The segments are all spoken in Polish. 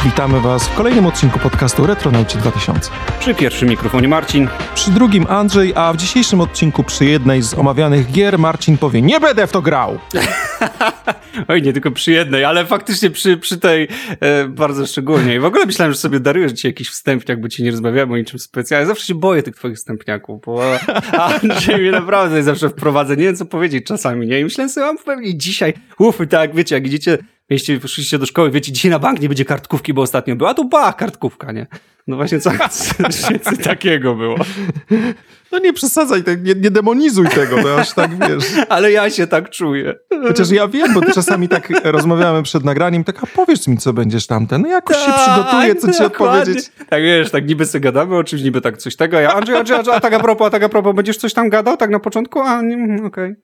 Witamy Was w kolejnym odcinku podcastu Retronauci 2000. Przy pierwszym mikrofonie Marcin. Przy drugim Andrzej, a w dzisiejszym odcinku przy jednej z omawianych gier Marcin powie: nie będę w to grał! Oj, nie tylko przy jednej, ale faktycznie przy tej bardzo szczególnie. I w ogóle myślałem, że sobie darujesz ci jakiś wstępniak, bo ci nie rozmawiałem o niczym specjalnie. Zawsze się boję tych twoich wstępniaków, bo Andrzej mnie naprawdę zawsze wprowadza. Nie wiem, co powiedzieć czasami, nie? I myślałem sobie, mam pewnie dzisiaj, i tak, wiecie, jak idziecie, szliście do szkoły, wiecie, dzisiaj na bank nie będzie kartkówki, bo ostatnio była, tu kartkówka, nie? No właśnie coś takiego było. No nie przesadzaj, nie demonizuj tego, to aż tak wiesz. Ale ja się tak czuję. Chociaż ja wiem, bo czasami tak rozmawiamy przed nagraniem, tak, a powiedz mi, co będziesz tamten. No jakoś się przygotuję, co ci odpowiedzieć. Tak wiesz, tak niby sobie gadamy o czymś, niby tak coś tego. Ja, Andrzej, a tak a propos, będziesz coś tam gadał tak na początku? A, nie, okej.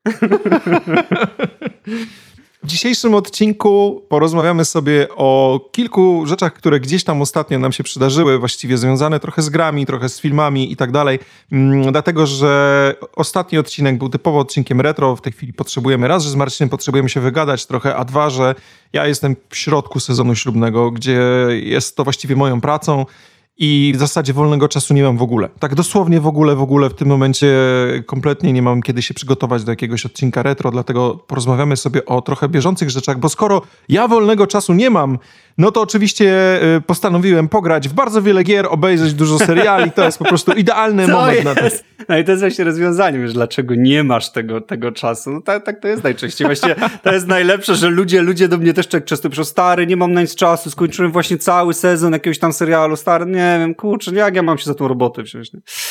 W dzisiejszym odcinku porozmawiamy sobie o kilku rzeczach, które gdzieś tam ostatnio nam się przydarzyły, właściwie związane trochę z grami, trochę z filmami i tak dalej. Dlatego, że ostatni odcinek był typowo odcinkiem retro. W tej chwili potrzebujemy raz, że z Marcinem potrzebujemy się wygadać trochę, a dwa, że ja jestem w środku sezonu ślubnego, gdzie jest to właściwie moją pracą. I w zasadzie wolnego czasu nie mam w ogóle. Tak dosłownie w ogóle w tym momencie kompletnie nie mam kiedy się przygotować do jakiegoś odcinka retro, dlatego porozmawiamy sobie o trochę bieżących rzeczach, bo skoro ja wolnego czasu nie mam, no to oczywiście postanowiłem pograć w bardzo wiele gier, obejrzeć dużo seriali, to jest po prostu idealny moment na to. No i to jest właśnie rozwiązanie, wiesz, dlaczego nie masz tego czasu. No tak to jest najczęściej. Właściwie to jest najlepsze, że ludzie do mnie też często piszą: stary, nie mam na nic czasu, skończyłem właśnie cały sezon jakiegoś tam serialu, stary, nie wiem, kurczę, jak ja mam się za tą robotę wziąć?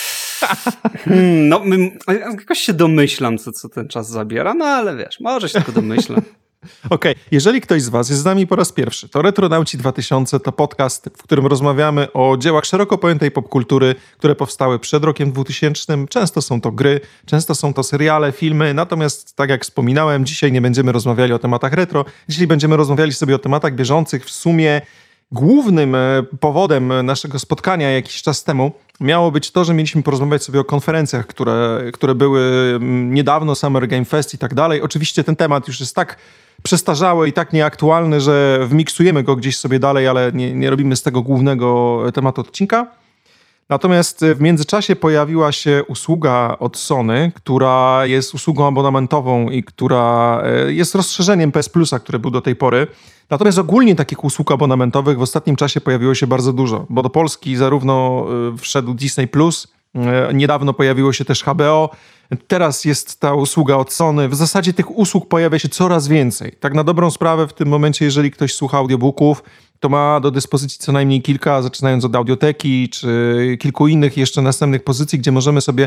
No, jakoś się domyślam, co ten czas zabiera, no ale wiesz, może się tylko domyślam. Okej, jeżeli ktoś z was jest z nami po raz pierwszy, to Retronauci 2000 to podcast, w którym rozmawiamy o dziełach szeroko pojętej popkultury, które powstały przed rokiem 2000. Często są to gry, często są to seriale, filmy, natomiast tak jak wspominałem, dzisiaj nie będziemy rozmawiali o tematach retro, dzisiaj będziemy rozmawiali sobie o tematach bieżących. W sumie głównym powodem naszego spotkania jakiś czas temu miało być to, że mieliśmy porozmawiać sobie o konferencjach, które były niedawno, Summer Game Fest i tak dalej. Oczywiście ten temat już jest tak przestarzały i tak nieaktualny, że wmiksujemy go gdzieś sobie dalej, ale nie robimy z tego głównego tematu odcinka. Natomiast w międzyczasie pojawiła się usługa od Sony, która jest usługą abonamentową i która jest rozszerzeniem PS Plusa, który był do tej pory. Natomiast ogólnie takich usług abonamentowych w ostatnim czasie pojawiło się bardzo dużo, bo do Polski zarówno wszedł Disney Plus, niedawno pojawiło się też HBO, teraz jest ta usługa od Sony. W zasadzie tych usług pojawia się coraz więcej. Tak na dobrą sprawę w tym momencie, jeżeli ktoś słucha audiobooków, to ma do dyspozycji co najmniej kilka, zaczynając od audioteki, czy kilku innych jeszcze następnych pozycji, gdzie możemy sobie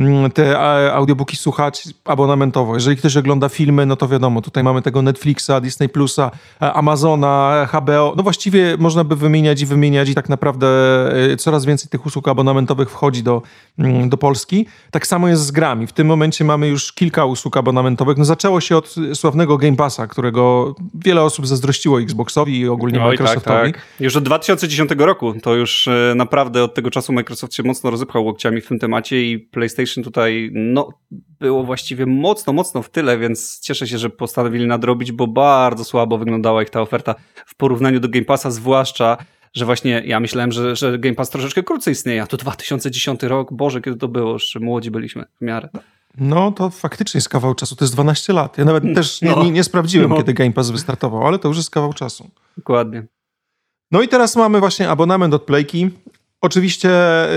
te audiobooki słuchać abonamentowo. Jeżeli ktoś ogląda filmy, no to wiadomo, tutaj mamy tego Netflixa, Disney Plusa, Amazona, HBO. No właściwie można by wymieniać i tak naprawdę coraz więcej tych usług abonamentowych wchodzi do Polski. Tak samo jest z grami. W tym momencie mamy już kilka usług abonamentowych. No zaczęło się od sławnego Game Passa, którego wiele osób zazdrościło Xboxowi i ogólnie Microsoftowi. Tak. Już od 2010 roku, to już naprawdę od tego czasu Microsoft się mocno rozepchał łokciami w tym temacie i PlayStation tutaj było właściwie mocno w tyle, więc cieszę się, że postanowili nadrobić, bo bardzo słabo wyglądała ich ta oferta w porównaniu do Game Passa, zwłaszcza że właśnie ja myślałem, że Game Pass troszeczkę krócej istnieje, a to 2010 rok, Boże, kiedy to było, jeszcze młodzi byliśmy w miarę. No to faktycznie jest kawał czasu, to jest 12 lat. Ja nawet też nie sprawdziłem, kiedy Game Pass wystartował, ale to już jest kawał czasu. Dokładnie. No i teraz mamy właśnie abonament od Playki. Oczywiście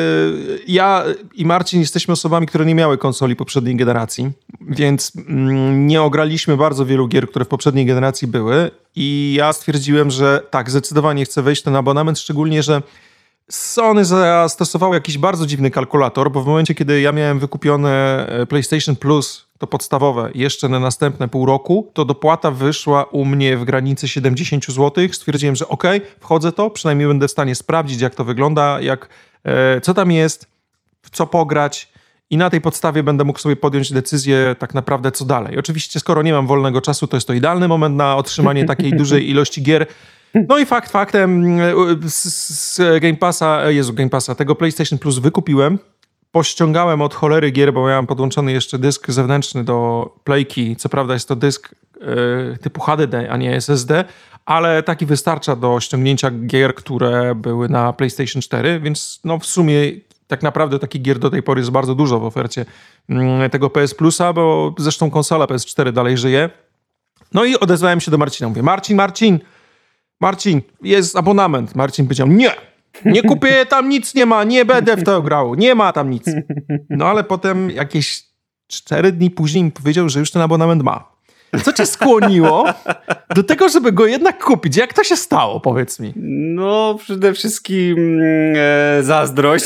ja i Marcin jesteśmy osobami, które nie miały konsoli poprzedniej generacji, więc nie ograliśmy bardzo wielu gier, które w poprzedniej generacji były i ja stwierdziłem, że tak, zdecydowanie chcę wejść w ten abonament, szczególnie, że Sony zastosowało jakiś bardzo dziwny kalkulator, bo w momencie, kiedy ja miałem wykupione PlayStation Plus, to podstawowe, jeszcze na następne pół roku, to dopłata wyszła u mnie w granicy 70 zł. Stwierdziłem, że okej, wchodzę to, przynajmniej będę w stanie sprawdzić, jak to wygląda, co tam jest, w co pograć i na tej podstawie będę mógł sobie podjąć decyzję tak naprawdę, co dalej. Oczywiście, skoro nie mam wolnego czasu, to jest to idealny moment na otrzymanie takiej dużej ilości gier. No i faktem z Game Passa, tego PlayStation Plus wykupiłem. Pościągałem od cholery gier, bo miałem podłączony jeszcze dysk zewnętrzny do Playki. Co prawda jest to dysk typu HDD, a nie SSD, ale taki wystarcza do ściągnięcia gier, które były na PlayStation 4, więc no w sumie tak naprawdę takich gier do tej pory jest bardzo dużo w ofercie tego PS Plusa, bo zresztą konsola PS4 dalej żyje. No i odezwałem się do Marcina. Mówię, Marcin, jest abonament. Marcin powiedział, nie kupię, tam nic nie ma, nie będę w to grał, nie ma tam nic. No ale potem jakieś 4 dni później mi powiedział, że już ten abonament ma. Co cię skłoniło do tego, żeby go jednak kupić? Jak to się stało, powiedz mi? No, przede wszystkim zazdrość.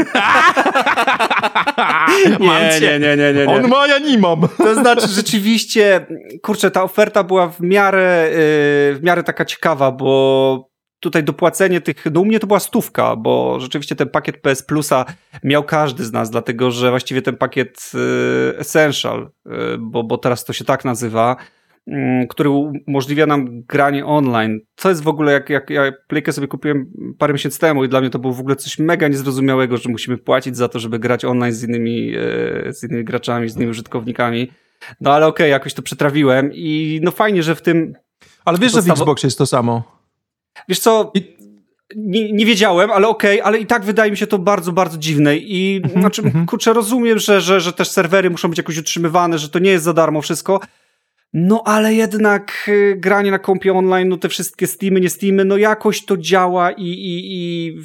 Nie. On ma, ja nie mam. To znaczy, rzeczywiście, kurczę, ta oferta była w miarę taka ciekawa, bo tutaj dopłacenie tych, no u mnie to była 100, bo rzeczywiście ten pakiet PS Plusa miał każdy z nas, dlatego że właściwie ten pakiet Essential, bo teraz to się tak nazywa, który umożliwia nam granie online. Co jest w ogóle, jak ja Playkę sobie kupiłem parę miesięcy temu i dla mnie to było w ogóle coś mega niezrozumiałego, że musimy płacić za to, żeby grać online z innymi graczami, z innymi użytkownikami. No ale okej, jakoś to przetrawiłem i no fajnie, że w tym... Ale wiesz, że w Xboxie jest to samo. Wiesz co, nie wiedziałem, ale ale i tak wydaje mi się to bardzo, bardzo dziwne i znaczy, kurczę, rozumiem, że też serwery muszą być jakoś utrzymywane, że to nie jest za darmo wszystko, no ale jednak granie na kompie online, no te wszystkie Steamy, nie Steamy, no jakoś to działa i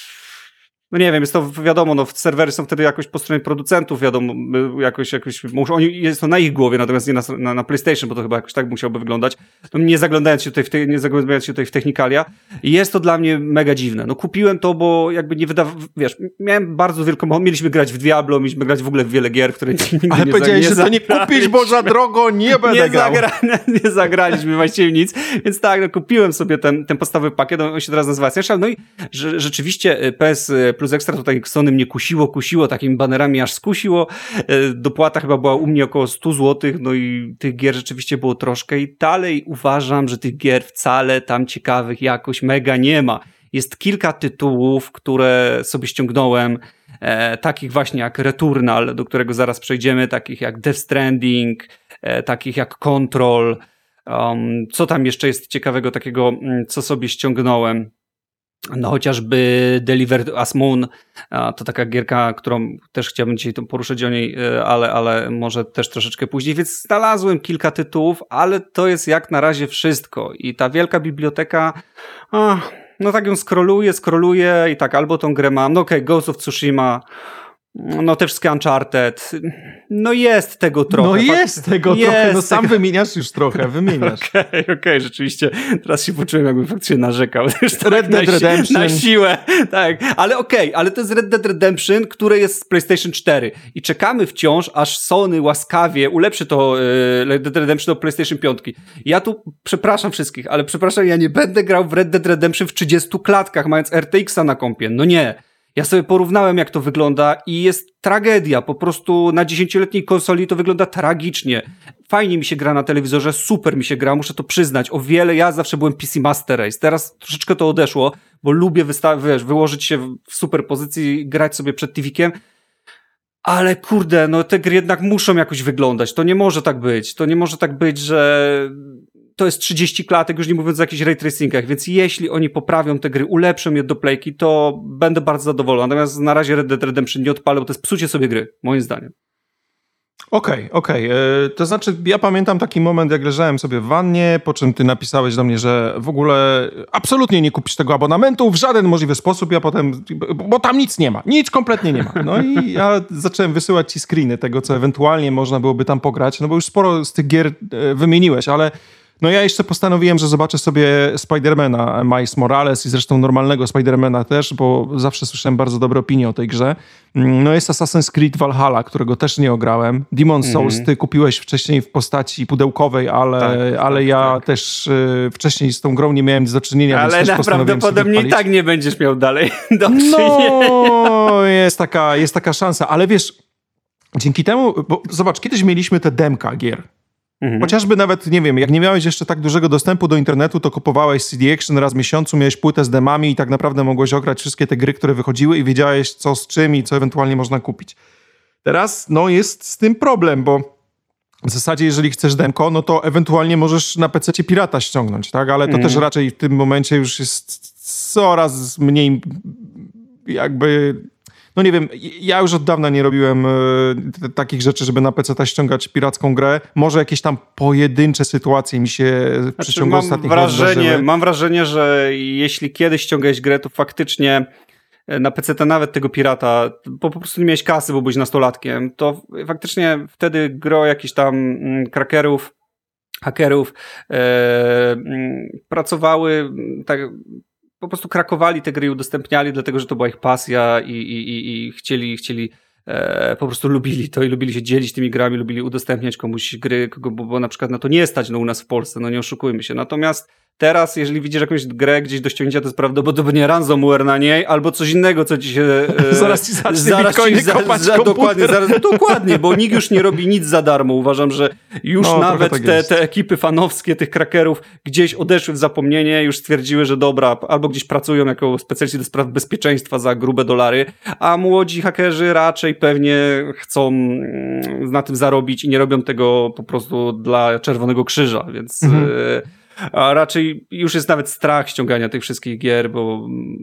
no nie wiem, jest to wiadomo, no serwery są wtedy jakoś po stronie producentów, wiadomo, jakoś muszą, jest to na ich głowie, natomiast nie na PlayStation, bo to chyba jakoś tak musiałoby wyglądać. No, nie zagłębiając się tutaj w technikalia. I jest to dla mnie mega dziwne. No kupiłem to, bo jakby nie wiesz, miałem bardzo wielką, mieliśmy grać w Diablo, mieliśmy grać w ogóle w wiele gier, które nigdy ale powiedziałeś, że to nie kupisz, bo za drogo nie będę grał. Nie zagraliśmy właściwie nic, więc tak, no kupiłem sobie ten podstawowy pakiet, on się teraz nazywa Essential, no i rzeczywiście PS Plus Extra tutaj Sony mnie kusiło, takimi banerami aż skusiło. Dopłata chyba była u mnie około 100 zł, no i tych gier rzeczywiście było troszkę i dalej uważam, że tych gier wcale tam ciekawych jakoś mega nie ma. Jest kilka tytułów, które sobie ściągnąłem, takich właśnie jak Returnal, do którego zaraz przejdziemy, takich jak Death Stranding, takich jak Control. Co tam jeszcze jest ciekawego takiego, co sobie ściągnąłem? No chociażby Delivered as Moon, to taka gierka, którą też chciałbym dzisiaj poruszyć o niej, ale może też troszeczkę później, więc znalazłem kilka tytułów, ale to jest jak na razie wszystko i ta wielka biblioteka, no tak ją scrolluję i tak albo tą grę mam, no okej, Ghost of Tsushima, no te wszystkie Uncharted, no jest tego trochę. No jest tego trochę, no sam wymieniasz już trochę, wymieniasz. Okej, rzeczywiście, teraz się poczułem jakbym faktycznie narzekał. Już tak Red Dead Redemption. Na siłę, tak, ale to jest Red Dead Redemption, które jest z PlayStation 4 i czekamy wciąż, aż Sony łaskawie ulepszy to Red Dead Redemption do PlayStation 5. Ja tu przepraszam wszystkich, ale ja nie będę grał w Red Dead Redemption w 30 klatkach, mając RTX-a na kompie, no nie. Ja sobie porównałem, jak to wygląda i jest tragedia. Po prostu na 10-letniej konsoli to wygląda tragicznie. Fajnie mi się gra na telewizorze, super mi się gra, muszę to przyznać. O wiele, ja zawsze byłem PC Master Race. Teraz troszeczkę to odeszło, bo lubię wyłożyć się w super pozycji i grać sobie przed TV-kiem. Ale kurde, no te gry jednak muszą jakoś wyglądać. To nie może tak być. To nie może tak być, że to jest 30 klatek, już nie mówiąc o jakichś ray tracingach, więc jeśli oni poprawią te gry, ulepszą je do playki, to będę bardzo zadowolony. Natomiast na razie Red Dead Redemption nie odpalę, bo to jest psucie sobie gry, moim zdaniem. Okej. To znaczy, ja pamiętam taki moment, jak leżałem sobie w wannie, po czym ty napisałeś do mnie, że w ogóle absolutnie nie kupisz tego abonamentu w żaden możliwy sposób, ja potem, bo tam nic nie ma, nic kompletnie nie ma. No i ja zacząłem wysyłać ci screeny tego, co ewentualnie można byłoby tam pograć, no bo już sporo z tych gier wymieniłeś, ale no ja jeszcze postanowiłem, że zobaczę sobie Spidermana, Miles Morales i zresztą normalnego Spidermana też, bo zawsze słyszałem bardzo dobre opinie o tej grze. No jest Assassin's Creed Valhalla, którego też nie ograłem. Demon's Souls ty kupiłeś wcześniej w postaci pudełkowej, ale ja też wcześniej z tą grą nie miałem do czynienia, ale więc też prawdopodobnie i tak nie będziesz miał dalej do No, jest taka szansa, ale wiesz, dzięki temu, bo zobacz, kiedyś mieliśmy te demka gier. Chociażby nawet, nie wiem, jak nie miałeś jeszcze tak dużego dostępu do internetu, to kupowałeś CD Action raz w miesiącu, miałeś płytę z demami i tak naprawdę mogłeś ograć wszystkie te gry, które wychodziły i wiedziałeś co z czym i co ewentualnie można kupić. Teraz, no jest z tym problem, bo W zasadzie, jeżeli chcesz demko, no to ewentualnie możesz na PC pirata ściągnąć, tak? Ale to też raczej w tym momencie już jest coraz mniej jakby... No nie wiem, ja już od dawna nie robiłem takich rzeczy, żeby na PC ściągać piracką grę. Może jakieś tam pojedyncze sytuacje mi się w przeciągu ostatnich lat zdarzyły. Mam wrażenie, że jeśli kiedyś ściągałeś grę, to faktycznie na PC nawet tego pirata, po prostu nie miałeś kasy, bo byłeś nastolatkiem, to faktycznie wtedy gro jakichś tam hakerów pracowały tak, po prostu krakowali te gry i udostępniali, dlatego że to była ich pasja i chcieli po prostu lubili to i lubili się dzielić tymi grami, lubili udostępniać komuś gry, bo na przykład na to nie stać u nas w Polsce, no nie oszukujmy się. Natomiast teraz, jeżeli widzisz jakąś grę gdzieś do ściągnięcia, to jest prawdopodobnie ransomware na niej, albo coś innego, co ci się... zaraz ci zacznie Bitcoin kopać dokładnie, bo nikt już nie robi nic za darmo. Uważam, że już nawet tak te ekipy fanowskie tych krakerów gdzieś odeszły w zapomnienie, już stwierdziły, że dobra, albo gdzieś pracują jako specjaliści do spraw bezpieczeństwa za grube dolary, a młodzi hakerzy raczej pewnie chcą na tym zarobić i nie robią tego po prostu dla Czerwonego Krzyża, więc... A raczej już jest nawet strach ściągania tych wszystkich gier, bo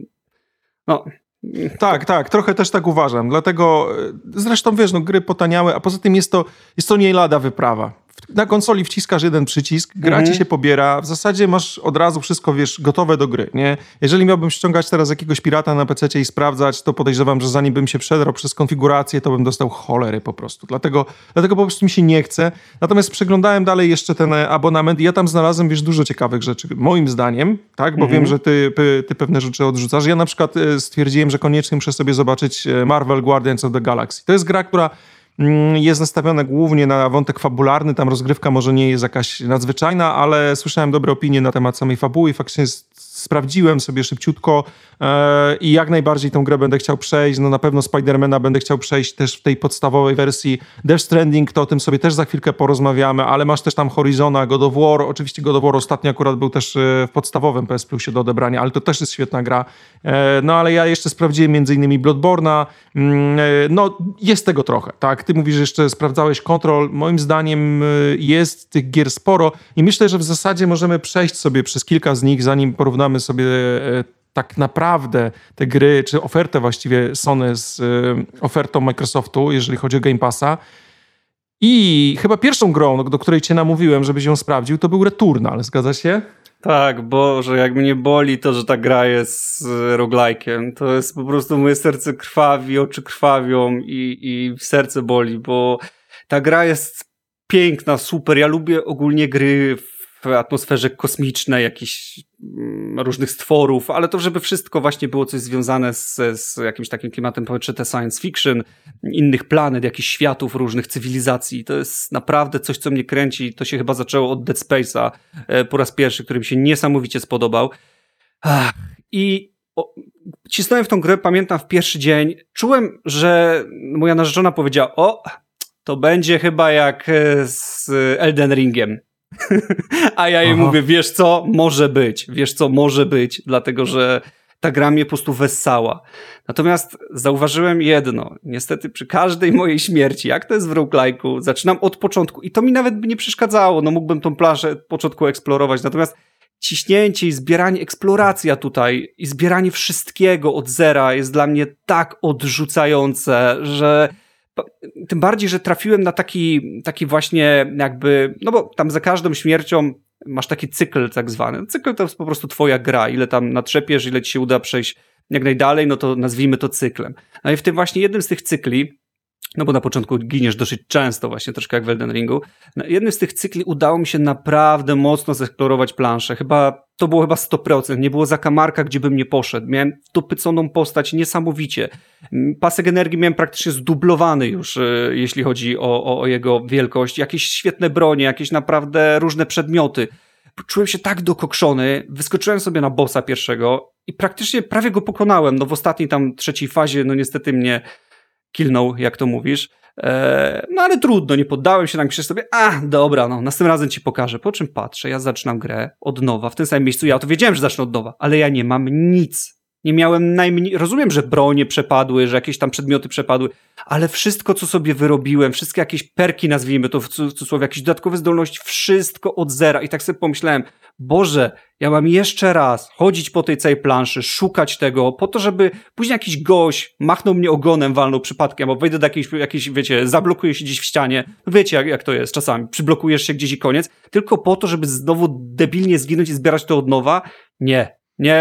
no... Tak, trochę też tak uważam, dlatego zresztą wiesz, no gry potaniały, a poza tym jest to nie lada wyprawa. Na konsoli wciskasz jeden przycisk, gra ci się pobiera, w zasadzie masz od razu wszystko, wiesz, gotowe do gry, nie? Jeżeli miałbym ściągać teraz jakiegoś pirata na PC i sprawdzać, to podejrzewam, że zanim bym się przedrał przez konfigurację, to bym dostał cholery po prostu. Dlatego po prostu mi się nie chce. Natomiast przeglądałem dalej jeszcze ten abonament i ja tam znalazłem, wiesz, dużo ciekawych rzeczy, moim zdaniem, tak? Bo wiem, że ty pewne rzeczy odrzucasz. Ja na przykład stwierdziłem, że koniecznie muszę sobie zobaczyć Marvel Guardians of the Galaxy. To jest gra, która jest nastawiona głównie na wątek fabularny, tam rozgrywka może nie jest jakaś nadzwyczajna, ale słyszałem dobre opinie na temat samej fabuły i faktycznie sprawdziłem sobie szybciutko i jak najbardziej tą grę będę chciał przejść. No na pewno Spidermana będę chciał przejść też w tej podstawowej wersji. Death Stranding, to o tym sobie też za chwilkę porozmawiamy, ale masz też tam Horizona, God of War. Oczywiście God of War ostatnio akurat był też w podstawowym PS Plusie do odebrania, ale to też jest świetna gra. No ale ja jeszcze sprawdziłem m.in. Bloodborne'a. No jest tego trochę, tak? Ty mówisz, że jeszcze sprawdzałeś Control. Moim zdaniem jest tych gier sporo i myślę, że w zasadzie możemy przejść sobie przez kilka z nich, zanim porównamy sobie tak naprawdę te gry, czy ofertę właściwie Sony z ofertą Microsoftu, jeżeli chodzi o Game Passa. I chyba pierwszą grą, do której cię namówiłem, żebyś ją sprawdził, to był Returnal, zgadza się? Tak, Boże, jak mnie boli to, że ta gra jest roguelike'iem. To jest po prostu moje serce krwawi, oczy krwawią i serce boli, bo ta gra jest piękna, super. Ja lubię ogólnie gry w atmosferze kosmicznej, jakichś różnych stworów, ale to, żeby wszystko właśnie było coś związane z jakimś takim klimatem, czy te science fiction, innych planet, jakichś światów, różnych cywilizacji. To jest naprawdę coś, co mnie kręci. To się chyba zaczęło od Dead Space'a po raz pierwszy, który mi się niesamowicie spodobał. I cisnąłem w tą grę, pamiętam w pierwszy dzień. Czułem, że moja narzeczona powiedziała, to będzie chyba jak z Elden Ringiem. A ja jej mówię, wiesz co, może być, dlatego że ta gra mnie po prostu wessała. Natomiast zauważyłem jedno, niestety przy każdej mojej śmierci, jak to jest w roguelike'u, zaczynam od początku i to mi nawet by nie przeszkadzało, no mógłbym tą planszę od początku eksplorować, natomiast ciśnięcie i zbieranie, eksploracja tutaj i zbieranie wszystkiego od zera jest dla mnie tak odrzucające, że tym bardziej, że trafiłem na taki właśnie jakby, no bo tam za każdą śmiercią masz taki cykl tak zwany. Cykl to jest po prostu twoja gra. Ile tam natrzepiesz, ile ci się uda przejść jak najdalej, no to nazwijmy to cyklem. No i w tym właśnie jednym z tych cykli, no bo na początku giniesz dosyć często właśnie, troszkę jak w Elden Ringu, na jednym z tych cykli udało mi się naprawdę mocno zeksplorować planszę. To było chyba 100%. Nie było zakamarka, gdzie bym nie poszedł. Miałem dopyconą postać niesamowicie. Pasek energii miałem praktycznie zdublowany już, jeśli chodzi o jego wielkość. Jakieś świetne bronie, jakieś naprawdę różne przedmioty. Czułem się tak dokokszony. Wyskoczyłem sobie na bossa pierwszego i praktycznie prawie go pokonałem. No w ostatniej tam trzeciej fazie, no niestety mnie killnął, jak to mówisz. No ale trudno, nie poddałem się, myślę sobie, dobra, no następnym razem ci pokażę. Po czym patrzę, ja zaczynam grę od nowa, w tym samym miejscu, ja to wiedziałem, że zacznę od nowa, ale ja nie mam nic. Nie miałem najmniej... Rozumiem, że bronie przepadły, że jakieś tam przedmioty przepadły, ale wszystko, co sobie wyrobiłem, wszystkie jakieś perki, nazwijmy to w cudzysłowie, jakieś dodatkowe zdolności, wszystko od zera. I tak sobie pomyślałem, Boże, ja mam jeszcze raz chodzić po tej całej planszy, szukać tego, po to, żeby później jakiś gość machnął mnie ogonem, walnął przypadkiem, albo wejdę do jakiejś, wiecie, zablokuję się gdzieś w ścianie. Wiecie, jak to jest czasami. Przyblokujesz się gdzieś i koniec. Tylko po to, żeby znowu debilnie zginąć i zbierać to od nowa. Nie.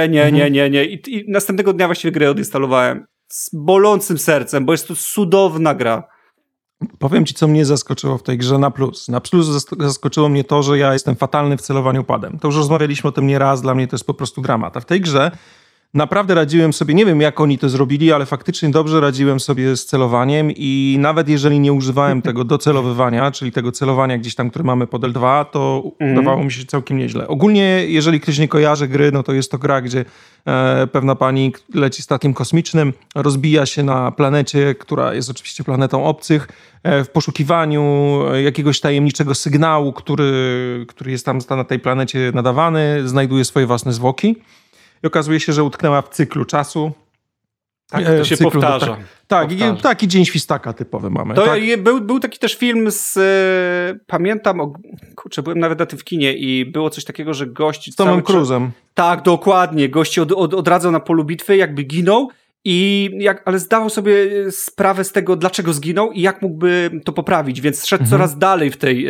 I następnego dnia właściwie grę odinstalowałem z bolącym sercem, bo jest to cudowna gra. Powiem ci, co mnie zaskoczyło w tej grze na plus. Na plus zaskoczyło mnie to, że ja jestem fatalny w celowaniu padem. To już rozmawialiśmy o tym nieraz, dla mnie to jest po prostu dramat. A w tej grze naprawdę radziłem sobie, nie wiem jak oni to zrobili, ale faktycznie dobrze radziłem sobie z celowaniem i nawet jeżeli nie używałem tego docelowywania, czyli tego celowania gdzieś tam, które mamy pod L2, to udawało mi się całkiem nieźle. Ogólnie, jeżeli ktoś nie kojarzy gry, no to jest to gra, gdzie pewna pani leci statkiem kosmicznym, rozbija się na planecie, która jest oczywiście planetą obcych, w poszukiwaniu jakiegoś tajemniczego sygnału, który jest tam na tej planecie nadawany, znajduje swoje własne zwłoki. I okazuje się, że utknęła w cyklu czasu. Tak, to się powtarza. Taki dzień świstaka typowy mamy. To tak? Był taki też film pamiętam, byłem nawet na tym w kinie i było coś takiego, że gość... Z Tomem Cruise'em. Tak, dokładnie. Gości odradzał na polu bitwy, jakby ginął. Ale zdawał sobie sprawę z tego, dlaczego zginął i jak mógłby to poprawić, więc szedł coraz dalej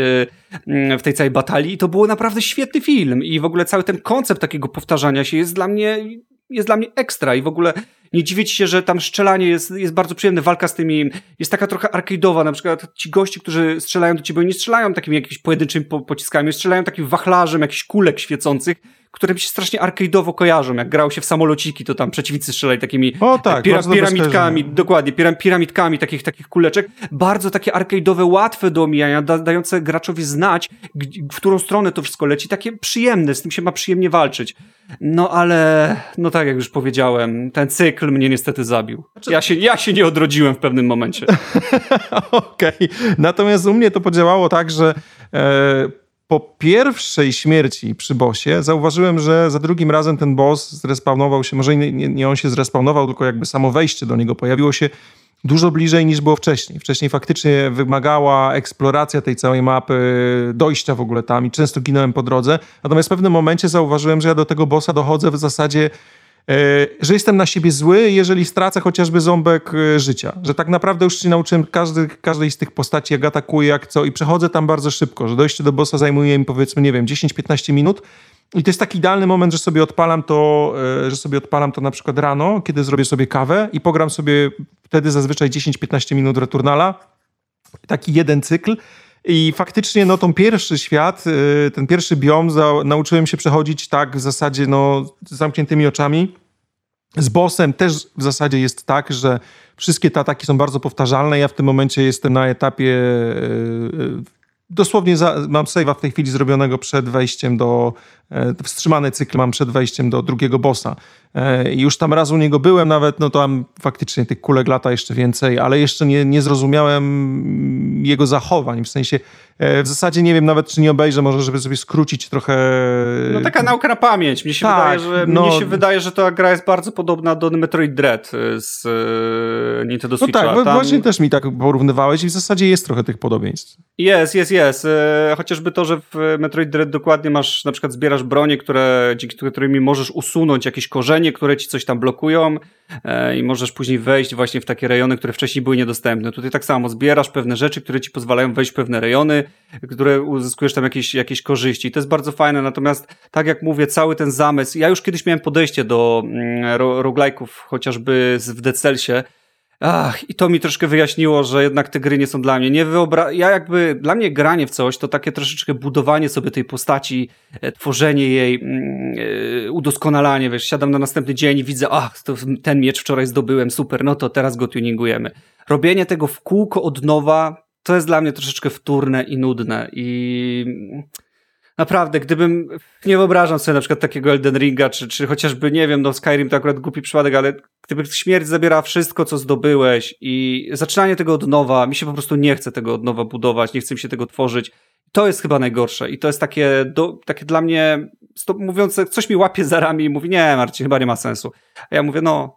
w tej całej batalii i to było naprawdę świetny film i w ogóle cały ten koncept takiego powtarzania się jest dla mnie ekstra i w ogóle nie dziwię ci się, że tam strzelanie jest bardzo przyjemne, walka z tymi jest taka trochę arcade'owa, na przykład ci goście, którzy strzelają do ciebie, nie strzelają takimi jakimiś pojedynczymi pociskami, strzelają takim wachlarzem jakichś kulek świecących, które mi się strasznie arcade'owo kojarzą. Jak grało się w samolociki, to tam przeciwnicy strzelali takimi piramidkami, dokładnie, piramidkami takich kuleczek. Bardzo takie arcade'owe, łatwe do omijania, dające graczowi znać, w którą stronę to wszystko leci. Takie przyjemne, z tym się ma przyjemnie walczyć. No ale, no tak jak już powiedziałem, ten cykl mnie niestety zabił. Ja się nie odrodziłem w pewnym momencie. Okej. Natomiast u mnie to podziałało tak, że po pierwszej śmierci przy bossie zauważyłem, że za drugim razem ten boss zrespawnował się, może nie on się zrespawnował, tylko jakby samo wejście do niego pojawiło się dużo bliżej niż było wcześniej. Wcześniej faktycznie wymagała eksploracja tej całej mapy, dojścia w ogóle tam i często ginąłem po drodze. Natomiast w pewnym momencie zauważyłem, że ja do tego bossa dochodzę w zasadzie, że jestem na siebie zły, jeżeli stracę chociażby ząbek życia. Że tak naprawdę już się nauczyłem każdej z tych postaci, jak atakuję, jak co i przechodzę tam bardzo szybko, że dojście do bossa zajmuje mi powiedzmy, nie wiem, 10-15 minut i to jest taki idealny moment, że sobie odpalam to na przykład rano, kiedy zrobię sobie kawę i pogram sobie wtedy zazwyczaj 10-15 minut Returnala. Taki jeden cykl. I faktycznie no ten pierwszy świat, ten pierwszy biom nauczyłem się przechodzić tak w zasadzie no z zamkniętymi oczami. Z bossem też w zasadzie jest tak, że wszystkie te ataki są bardzo powtarzalne. Ja w tym momencie jestem na etapie dosłownie mam save'a w tej chwili zrobionego przed wejściem wstrzymany cykl mam przed wejściem do drugiego bossa. Już tam raz u niego byłem nawet, no to tam faktycznie tych kulek lata jeszcze więcej, ale jeszcze nie zrozumiałem jego zachowań, w sensie w zasadzie nie wiem nawet, czy nie obejrzę, może żeby sobie skrócić trochę... No taka nauka na pamięć. Mnie się wydaje, że ta gra jest bardzo podobna do Metroid Dread z Nintendo Switcha. No tak, właśnie też mi tak porównywałeś i w zasadzie jest trochę tych podobieństw. Jest. Chociażby to, że w Metroid Dread dokładnie masz, na przykład zbierasz bronie, dzięki którymi możesz usunąć jakieś korzenie, które ci coś tam blokują i możesz później wejść właśnie w takie rejony, które wcześniej były niedostępne. Tutaj tak samo zbierasz pewne rzeczy, które ci pozwalają wejść w pewne rejony, które uzyskujesz tam jakieś korzyści. I to jest bardzo fajne, natomiast tak jak mówię, cały ten zamysł, ja już kiedyś miałem podejście do roguelike'ów, chociażby w Dead Cellsie, i to mi troszkę wyjaśniło, że jednak te gry nie są dla mnie. Dla mnie granie w coś to takie troszeczkę budowanie sobie tej postaci, tworzenie jej, udoskonalanie, wiesz, siadam na następny dzień i widzę, ten miecz wczoraj zdobyłem, super, no to teraz go tuningujemy. Robienie tego w kółko od nowa, to jest dla mnie troszeczkę wtórne i nudne i naprawdę, nie wyobrażam sobie na przykład takiego Elden Ringa, czy chociażby, nie wiem, no Skyrim to akurat głupi przypadek, ale gdyby śmierć zabierała wszystko, co zdobyłeś i zaczynanie tego od nowa, mi się po prostu nie chce tego od nowa budować, nie chce mi się tego tworzyć. To jest chyba najgorsze i to jest takie dla mnie, mówiące, coś mi łapie za ramię i mówi, nie Marcin, chyba nie ma sensu. A ja mówię, no...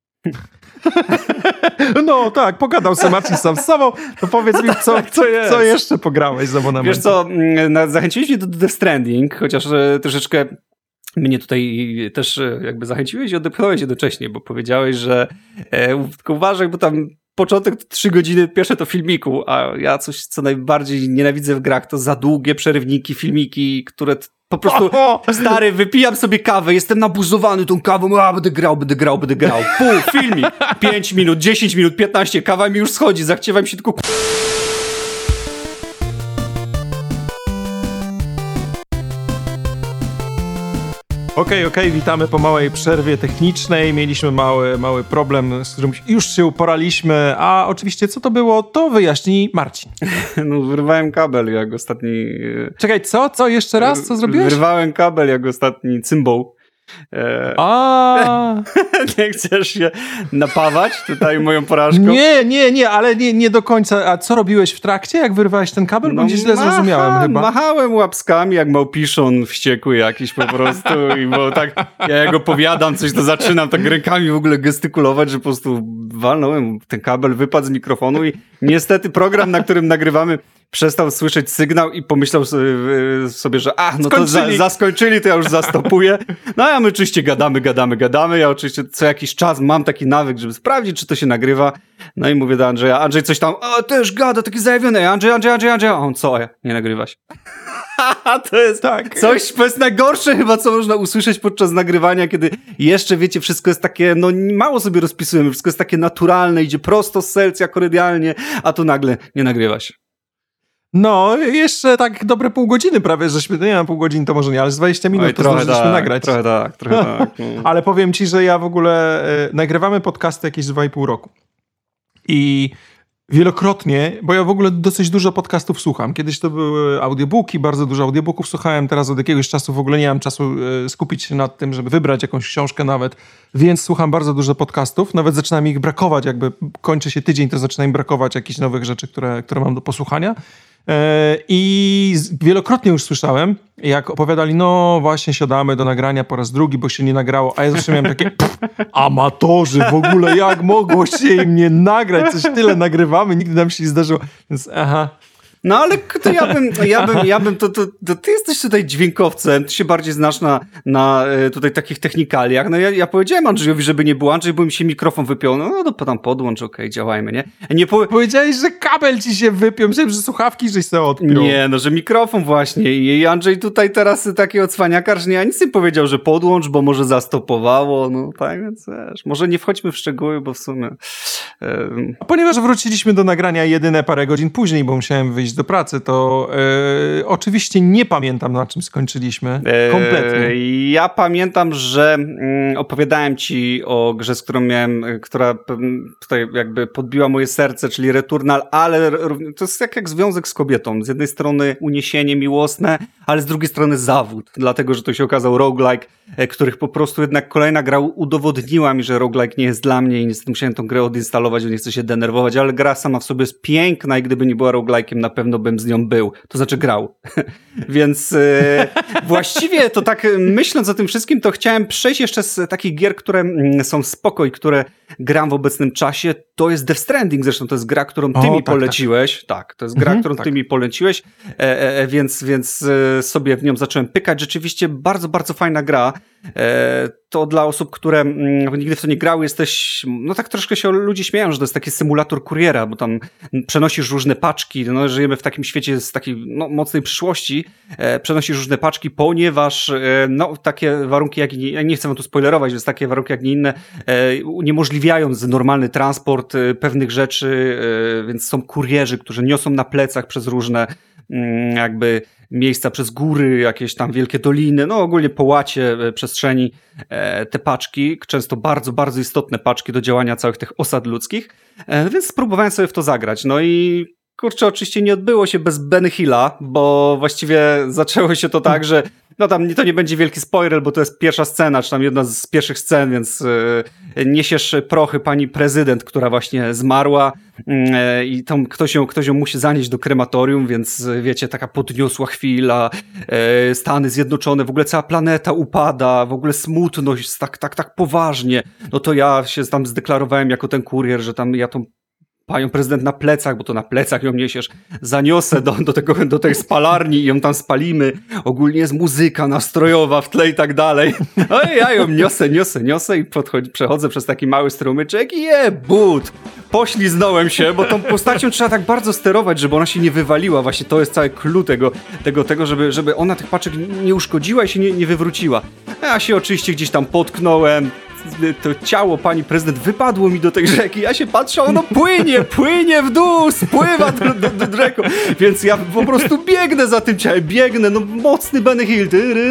No tak, pogadał sobie Marcin sam z sobą, to powiedz mi, co jeszcze pograłeś z abonamentem? Wiesz co, zachęciłeś mnie do Death Stranding, chociaż troszeczkę mnie tutaj też jakby zachęciłeś i odepchnąłeś jednocześnie, bo powiedziałeś, że tylko uważaj, bo tam początek to 3 godziny, pierwsze to filmiku, a ja coś, co najbardziej nienawidzę w grach, to za długie przerywniki, filmiki, które po prostu, stary, wypijam sobie kawę, jestem nabuzowany tą kawą, będę grał. Filmik, 5 minut, 10 minut, 15, kawa mi już schodzi, zachciewa mi się tylko... Okej, witamy po małej przerwie technicznej. Mieliśmy mały problem, z którym już się uporaliśmy, a oczywiście co to było, to wyjaśni Marcin. No, wyrwałem kabel jak ostatni... Czekaj, co? Jeszcze raz? Co zrobiłeś? Wyrwałem kabel jak ostatni cymbał. Nie chcesz się napawać tutaj moją porażką? Nie, ale nie do końca. A co robiłeś w trakcie, jak wyrwałeś ten kabel? Bo źle zrozumiałem chyba. Machałem łapskami jak małpiszon wściekły jakiś po prostu i bo tak, ja jak opowiadam coś, to zaczynam tak rękami w ogóle gestykulować, że po prostu walnąłem, ten kabel wypadł z mikrofonu i niestety program, na którym nagrywamy, przestał słyszeć sygnał i pomyślał sobie, że no to zaskończyli, to ja już zastopuję. No a my oczywiście gadamy. Ja oczywiście co jakiś czas mam taki nawyk, żeby sprawdzić, czy to się nagrywa. No i mówię do Andrzeja, Andrzej coś tam, też gada, taki zajawiony. Andrzej. A on co? Nie nagrywa się. To jest coś, to jest najgorsze chyba, co można usłyszeć podczas nagrywania, kiedy jeszcze, wiecie, wszystko jest takie, no mało sobie rozpisujemy, wszystko jest takie naturalne, idzie prosto z serca, korydialnie, a tu nagle nie nagrywa się. No, jeszcze tak dobre pół godziny prawie, żeśmy, nie wiem, pół godziny to może nie, ale z 20 minut to zdążyliśmy nagrać. Trochę tak. Ale powiem ci, że ja w ogóle nagrywamy podcasty jakieś 2,5 roku. I wielokrotnie, bo ja w ogóle dosyć dużo podcastów słucham. Kiedyś to były audiobooki, bardzo dużo audiobooków słuchałem, teraz od jakiegoś czasu w ogóle nie mam czasu skupić się nad tym, żeby wybrać jakąś książkę nawet, więc słucham bardzo dużo podcastów, nawet zaczyna mi ich brakować, jakby kończy się tydzień, to zaczyna mi brakować jakichś nowych rzeczy, które mam do posłuchania. I wielokrotnie już słyszałem, jak opowiadali, no właśnie siadamy do nagrania po raz drugi, bo się nie nagrało, a ja zawsze miałem takie amatorzy w ogóle, jak mogło się im nie nagrać, coś tyle nagrywamy, nigdy nam się nie zdarzyło, więc No ale to ja bym, to ty jesteś tutaj dźwiękowcem, ty się bardziej znasz na tutaj takich technikaliach. No ja powiedziałem Andrzejowi, żeby nie było, Andrzej, bo mi się mikrofon wypiął. No to tam podłącz, okej, działajmy, nie? Powiedziałeś, że kabel ci się wypiął, myślałem, że słuchawki żeś sobie odpiął. Nie, no że mikrofon właśnie i Andrzej tutaj teraz taki odsłaniakar, że ja nic nie powiedział, że podłącz, bo może zastopowało, no tak, więc wiesz, może nie wchodźmy w szczegóły, bo w sumie... A ponieważ wróciliśmy do nagrania jedyne parę godzin później, bo musiałem wyjść do pracy, to oczywiście nie pamiętam, na czym skończyliśmy. Kompletnie. Ja pamiętam, że opowiadałem ci o grze, z którą miałem, która tutaj jakby podbiła moje serce, czyli Returnal, ale to jest jak związek z kobietą. Z jednej strony uniesienie miłosne, ale z drugiej strony zawód, dlatego, że to się okazał roguelike, których po prostu jednak kolejna gra udowodniła mi, że roguelike nie jest dla mnie i niestety musiałem tą grę odinstalować, bo nie chcę się denerwować, ale gra sama w sobie jest piękna i gdyby nie była roguelike'iem, na pewno bym z nią był. To znaczy grał. Więc właściwie to tak myśląc o tym wszystkim, to chciałem przejść jeszcze z takich gier, które są spoko i które gram w obecnym czasie. To jest Death Stranding, zresztą to jest gra, którą ty mi poleciłeś. Tak, to jest gra, którą ty mi poleciłeś, więc sobie w nią zacząłem pykać. Rzeczywiście bardzo, bardzo fajna gra. To dla osób, które nigdy w to nie grały, no tak troszkę się ludzie śmieją, że to jest taki symulator kuriera, bo tam przenosisz różne paczki, no żyjemy w takim świecie z takiej mocnej przyszłości, przenosisz różne paczki, ponieważ takie warunki, ja nie chcę wam tu spoilerować, więc takie warunki jak nie inne uniemożliwiają normalny transport pewnych rzeczy, więc są kurierzy, którzy niosą na plecach przez różne jakby miejsca, przez góry, jakieś tam wielkie doliny, no ogólnie po łacie przestrzeni te paczki, często bardzo, bardzo istotne paczki do działania całych tych osad ludzkich, więc spróbowałem sobie w to zagrać. No i kurczę, oczywiście nie odbyło się bez Ben Hilla, bo właściwie zaczęło się to tak, że no tam to nie będzie wielki spoiler, bo to jest pierwsza scena, czy tam jedna z pierwszych scen, więc niesiesz prochy pani prezydent, która właśnie zmarła i tam ktoś ją musi zanieść do krematorium, więc wiecie, taka podniosła chwila, Stany Zjednoczone, w ogóle cała planeta upada, w ogóle smutność, tak poważnie. No to ja się tam zdeklarowałem jako ten kurier, że tam ja tą panią prezydent na plecach, bo to na plecach ją niesiesz, zaniosę do tej spalarni i ją tam spalimy. Ogólnie jest muzyka nastrojowa w tle i tak dalej. No i ja ją niosę i przechodzę przez taki mały strumyczek i but! Pośliznąłem się, bo tą postacią trzeba tak bardzo sterować, żeby ona się nie wywaliła. Właśnie to jest cały clue tego, żeby ona tych paczek nie uszkodziła i się nie wywróciła. Ja się oczywiście gdzieś tam potknąłem, to ciało pani prezydent wypadło mi do tej rzeki, ja się patrzę, ono płynie w dół, spływa do rzeką, więc ja po prostu biegnę za tym ciałem, no mocny Benny Hill,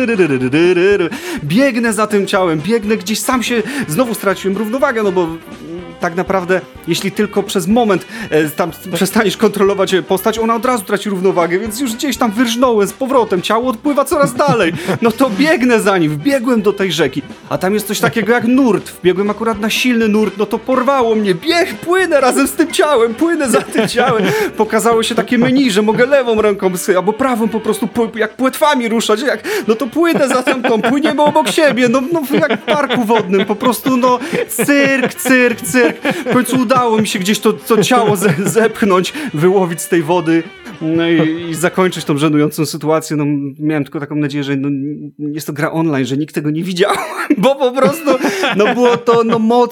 biegnę za tym ciałem, gdzieś sam się, znowu straciłem równowagę, no bo tak naprawdę, jeśli tylko przez moment tam przestaniesz kontrolować postać, ona od razu traci równowagę, więc już gdzieś tam wyrżnąłem z powrotem, ciało odpływa coraz dalej. No to biegnę za nim, wbiegłem do tej rzeki, a tam jest coś takiego jak nurt. Wbiegłem akurat na silny nurt, no to porwało mnie. Płynę razem z tym ciałem, płynę za tym ciałem. Pokazało się takie menu, że mogę lewą ręką albo prawą po prostu jak płetwami ruszać, no to płynę za tamtą, płyniemy obok siebie, no jak w parku wodnym, po prostu no cyrk. W końcu udało mi się gdzieś to ciało zepchnąć, wyłowić z tej wody, no i zakończyć tą żenującą sytuację. No, miałem tylko taką nadzieję, że jest to gra online, że nikt tego nie widział, bo po prostu było to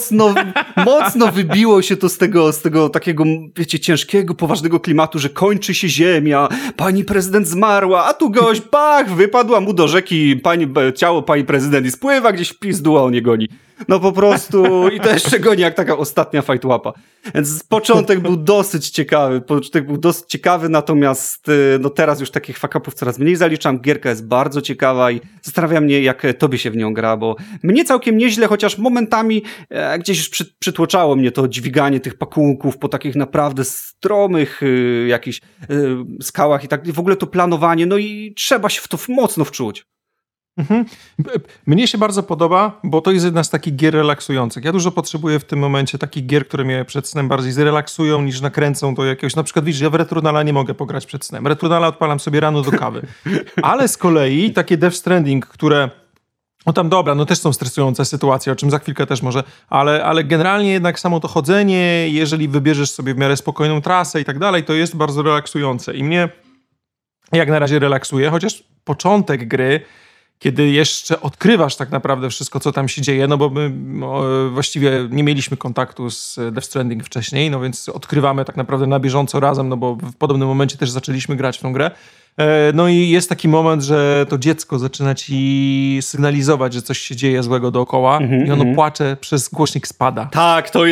mocno wybiło się to z tego takiego, wiecie, ciężkiego, poważnego klimatu, że kończy się ziemia, pani prezydent zmarła, a tu gość, wypadła mu do rzeki ciało pani prezydent i spływa gdzieś w pizdu, a on nie goni. No po prostu i to jeszcze goni jak taka ostatnia fajtłapa. Więc początek był dosyć ciekawy, natomiast no teraz już takich fuck-upów coraz mniej zaliczam. Gierka jest bardzo ciekawa i zastanawia mnie, jak tobie się w nią gra, bo mnie całkiem nieźle, chociaż momentami gdzieś już przytłoczało mnie to dźwiganie tych pakunków po takich naprawdę stromych jakichś skałach i tak, w ogóle to planowanie, no i trzeba się w to mocno wczuć. Mhm. Mnie się bardzo podoba, bo to jest jedna z takich gier relaksujących. Ja dużo potrzebuję w tym momencie takich gier, które mnie przed snem bardziej zrelaksują niż nakręcą do jakiegoś, na przykład widzisz, ja w Returnala nie mogę pograć przed snem. Returnala odpalam sobie rano do kawy. Ale z kolei takie Death Stranding, które no tam dobra, no też są stresujące sytuacje, o czym za chwilkę też może, ale generalnie jednak samo to chodzenie, jeżeli wybierzesz sobie w miarę spokojną trasę i tak dalej, to jest bardzo relaksujące. I mnie jak na razie relaksuje, chociaż początek gry, kiedy jeszcze odkrywasz tak naprawdę wszystko, co tam się dzieje, no bo my właściwie nie mieliśmy kontaktu z Death Stranding wcześniej, no więc odkrywamy tak naprawdę na bieżąco razem, no bo w podobnym momencie też zaczęliśmy grać w tą grę. No i jest taki moment, że to dziecko zaczyna ci sygnalizować, że coś się dzieje złego dookoła i ono płacze, przez głośnik spada. Tak, to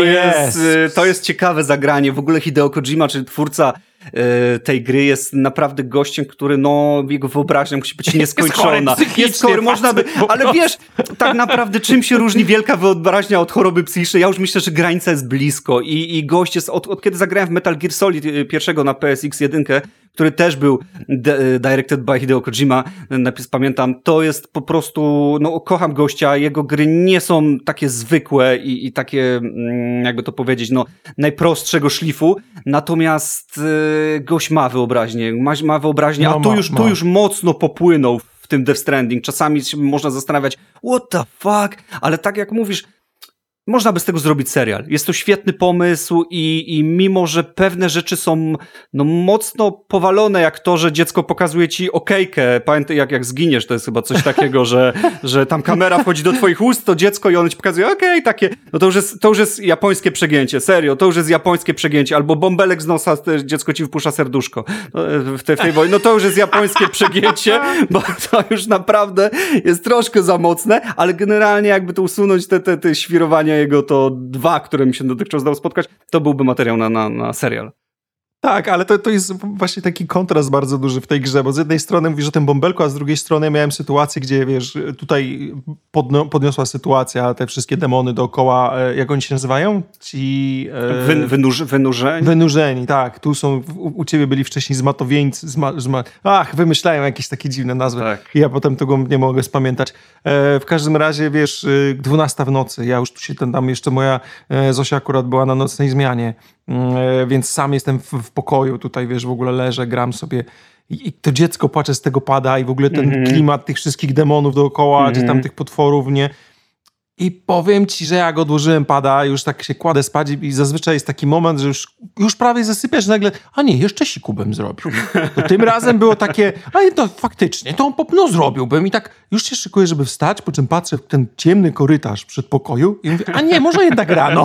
jest ciekawe zagranie. W ogóle Hideo Kojima, czyli twórca tej gry, jest naprawdę gościem, który, no, jego wyobraźnia musi być nieskończona. Jest chory, można by, ale wiesz, tak naprawdę czym się różni wielka wyobraźnia od choroby psychicznej? Ja już myślę, że granica jest blisko i gość jest, od kiedy zagrałem w Metal Gear Solid pierwszego na PSX 1, który też był directed by Hideo Kojima, pamiętam, to jest po prostu, no, kocham gościa, jego gry nie są takie zwykłe i takie, jakby to powiedzieć, no, najprostszego szlifu, natomiast gość ma wyobraźnię, No, a tu już mocno popłynął w tym Death Stranding. Czasami się można zastanawiać, what the fuck, ale tak jak mówisz, można by z tego zrobić serial. Jest to świetny pomysł i mimo, że pewne rzeczy są no mocno powalone, jak to, że dziecko pokazuje ci okejkę. Pamiętaj, jak zginiesz, to jest chyba coś takiego, że tam kamera wchodzi do twoich ust, to dziecko i ono ci pokazuje okej, takie. No to już jest japońskie przegięcie, serio, to już jest japońskie przegięcie. Albo bąbelek z nosa, dziecko ci wpuszcza serduszko w tej wojnie. No to już jest japońskie przegięcie, bo to już naprawdę jest troszkę za mocne, ale generalnie jakby to usunąć te świrowania jego, to 2, które mi się dotychczas udało spotkać, to byłby materiał na serial. Tak, ale to jest właśnie taki kontrast bardzo duży w tej grze, bo z jednej strony mówisz o tym bąbelku, a z drugiej strony miałem sytuację, gdzie wiesz, tutaj podniosła sytuacja, te wszystkie demony dookoła, jak oni się nazywają? Ci... Wynurzeni? Wynurzeni, tak. Tu są, u ciebie byli wcześniej zmatowieńcy, wymyślają jakieś takie dziwne nazwy. Tak. Ja potem tego nie mogę spamiętać. W każdym razie, wiesz, 12 w nocy, ja już tu się tam jeszcze moja Zosia akurat była na nocnej zmianie, więc sam jestem w pokoju, tutaj wiesz, w ogóle leżę, gram sobie i to dziecko płacze z tego pada i w ogóle ten klimat tych wszystkich demonów dookoła, czy tam tych potworów, nie? I powiem ci, że jak odłożyłem pada, już tak się kładę spać i zazwyczaj jest taki moment, że już prawie zasypiasz, nagle, a nie, jeszcze siku bym zrobił. To tym razem było takie, a to faktycznie, to on zrobiłbym i tak już się szykuję, żeby wstać, po czym patrzę w ten ciemny korytarz przed pokoju i mówię, a nie, może jednak rano.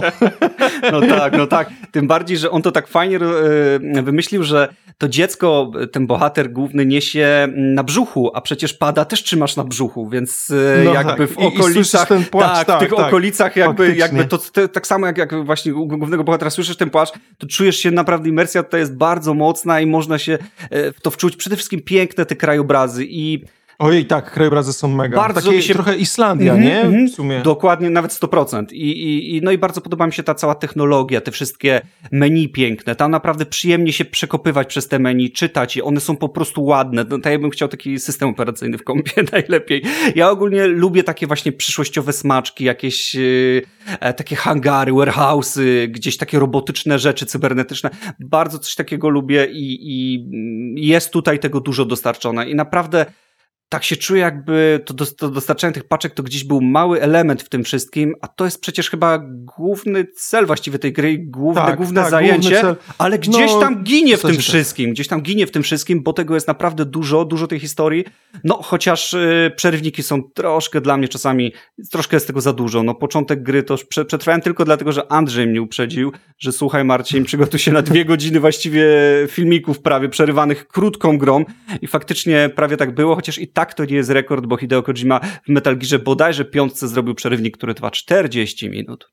No tak. Tym bardziej, że on to tak fajnie wymyślił, że to dziecko, ten bohater główny niesie na brzuchu, a przecież pada też trzymasz na brzuchu, więc jakby w okolicach... ten płacz, w tych okolicach jakby to tak samo jak właśnie u głównego bohatera słyszysz ten płacz, to czujesz się naprawdę, imersja tutaj jest bardzo mocna i można się w to wczuć. Przede wszystkim piękne te krajobrazy i ojej, tak, krajobrazy są mega. Bardzo takie trochę Islandia, nie? W sumie. Dokładnie, nawet 100%. No i bardzo podoba mi się ta cała technologia, te wszystkie menu piękne. Tam naprawdę przyjemnie się przekopywać przez te menu, czytać je. One są po prostu ładne. No, to ja bym chciał taki system operacyjny w kompie najlepiej. Ja ogólnie lubię takie właśnie przyszłościowe smaczki, jakieś takie hangary, warehouse'y, gdzieś takie robotyczne rzeczy cybernetyczne. Bardzo coś takiego lubię i jest tutaj tego dużo dostarczone. I naprawdę tak się czuję, jakby to dostarczanie tych paczek to gdzieś był mały element w tym wszystkim, a to jest przecież chyba główny cel właściwie tej gry, główne zajęcie, ale gdzieś tam ginie w tym wszystkim, gdzieś tam ginie w tym wszystkim, bo tego jest naprawdę dużo tej historii, no chociaż przerywniki są troszkę dla mnie czasami, troszkę jest tego za dużo, no początek gry to przetrwałem tylko dlatego, że Andrzej mnie uprzedził, że słuchaj Marcin, przygotuj się na 2 godziny właściwie filmików prawie przerywanych krótką grą i faktycznie prawie tak było, chociaż i tak to nie jest rekord, bo Hideo Kojima w Metal Gearze bodajże 5 zrobił przerywnik, który trwa 40 minut.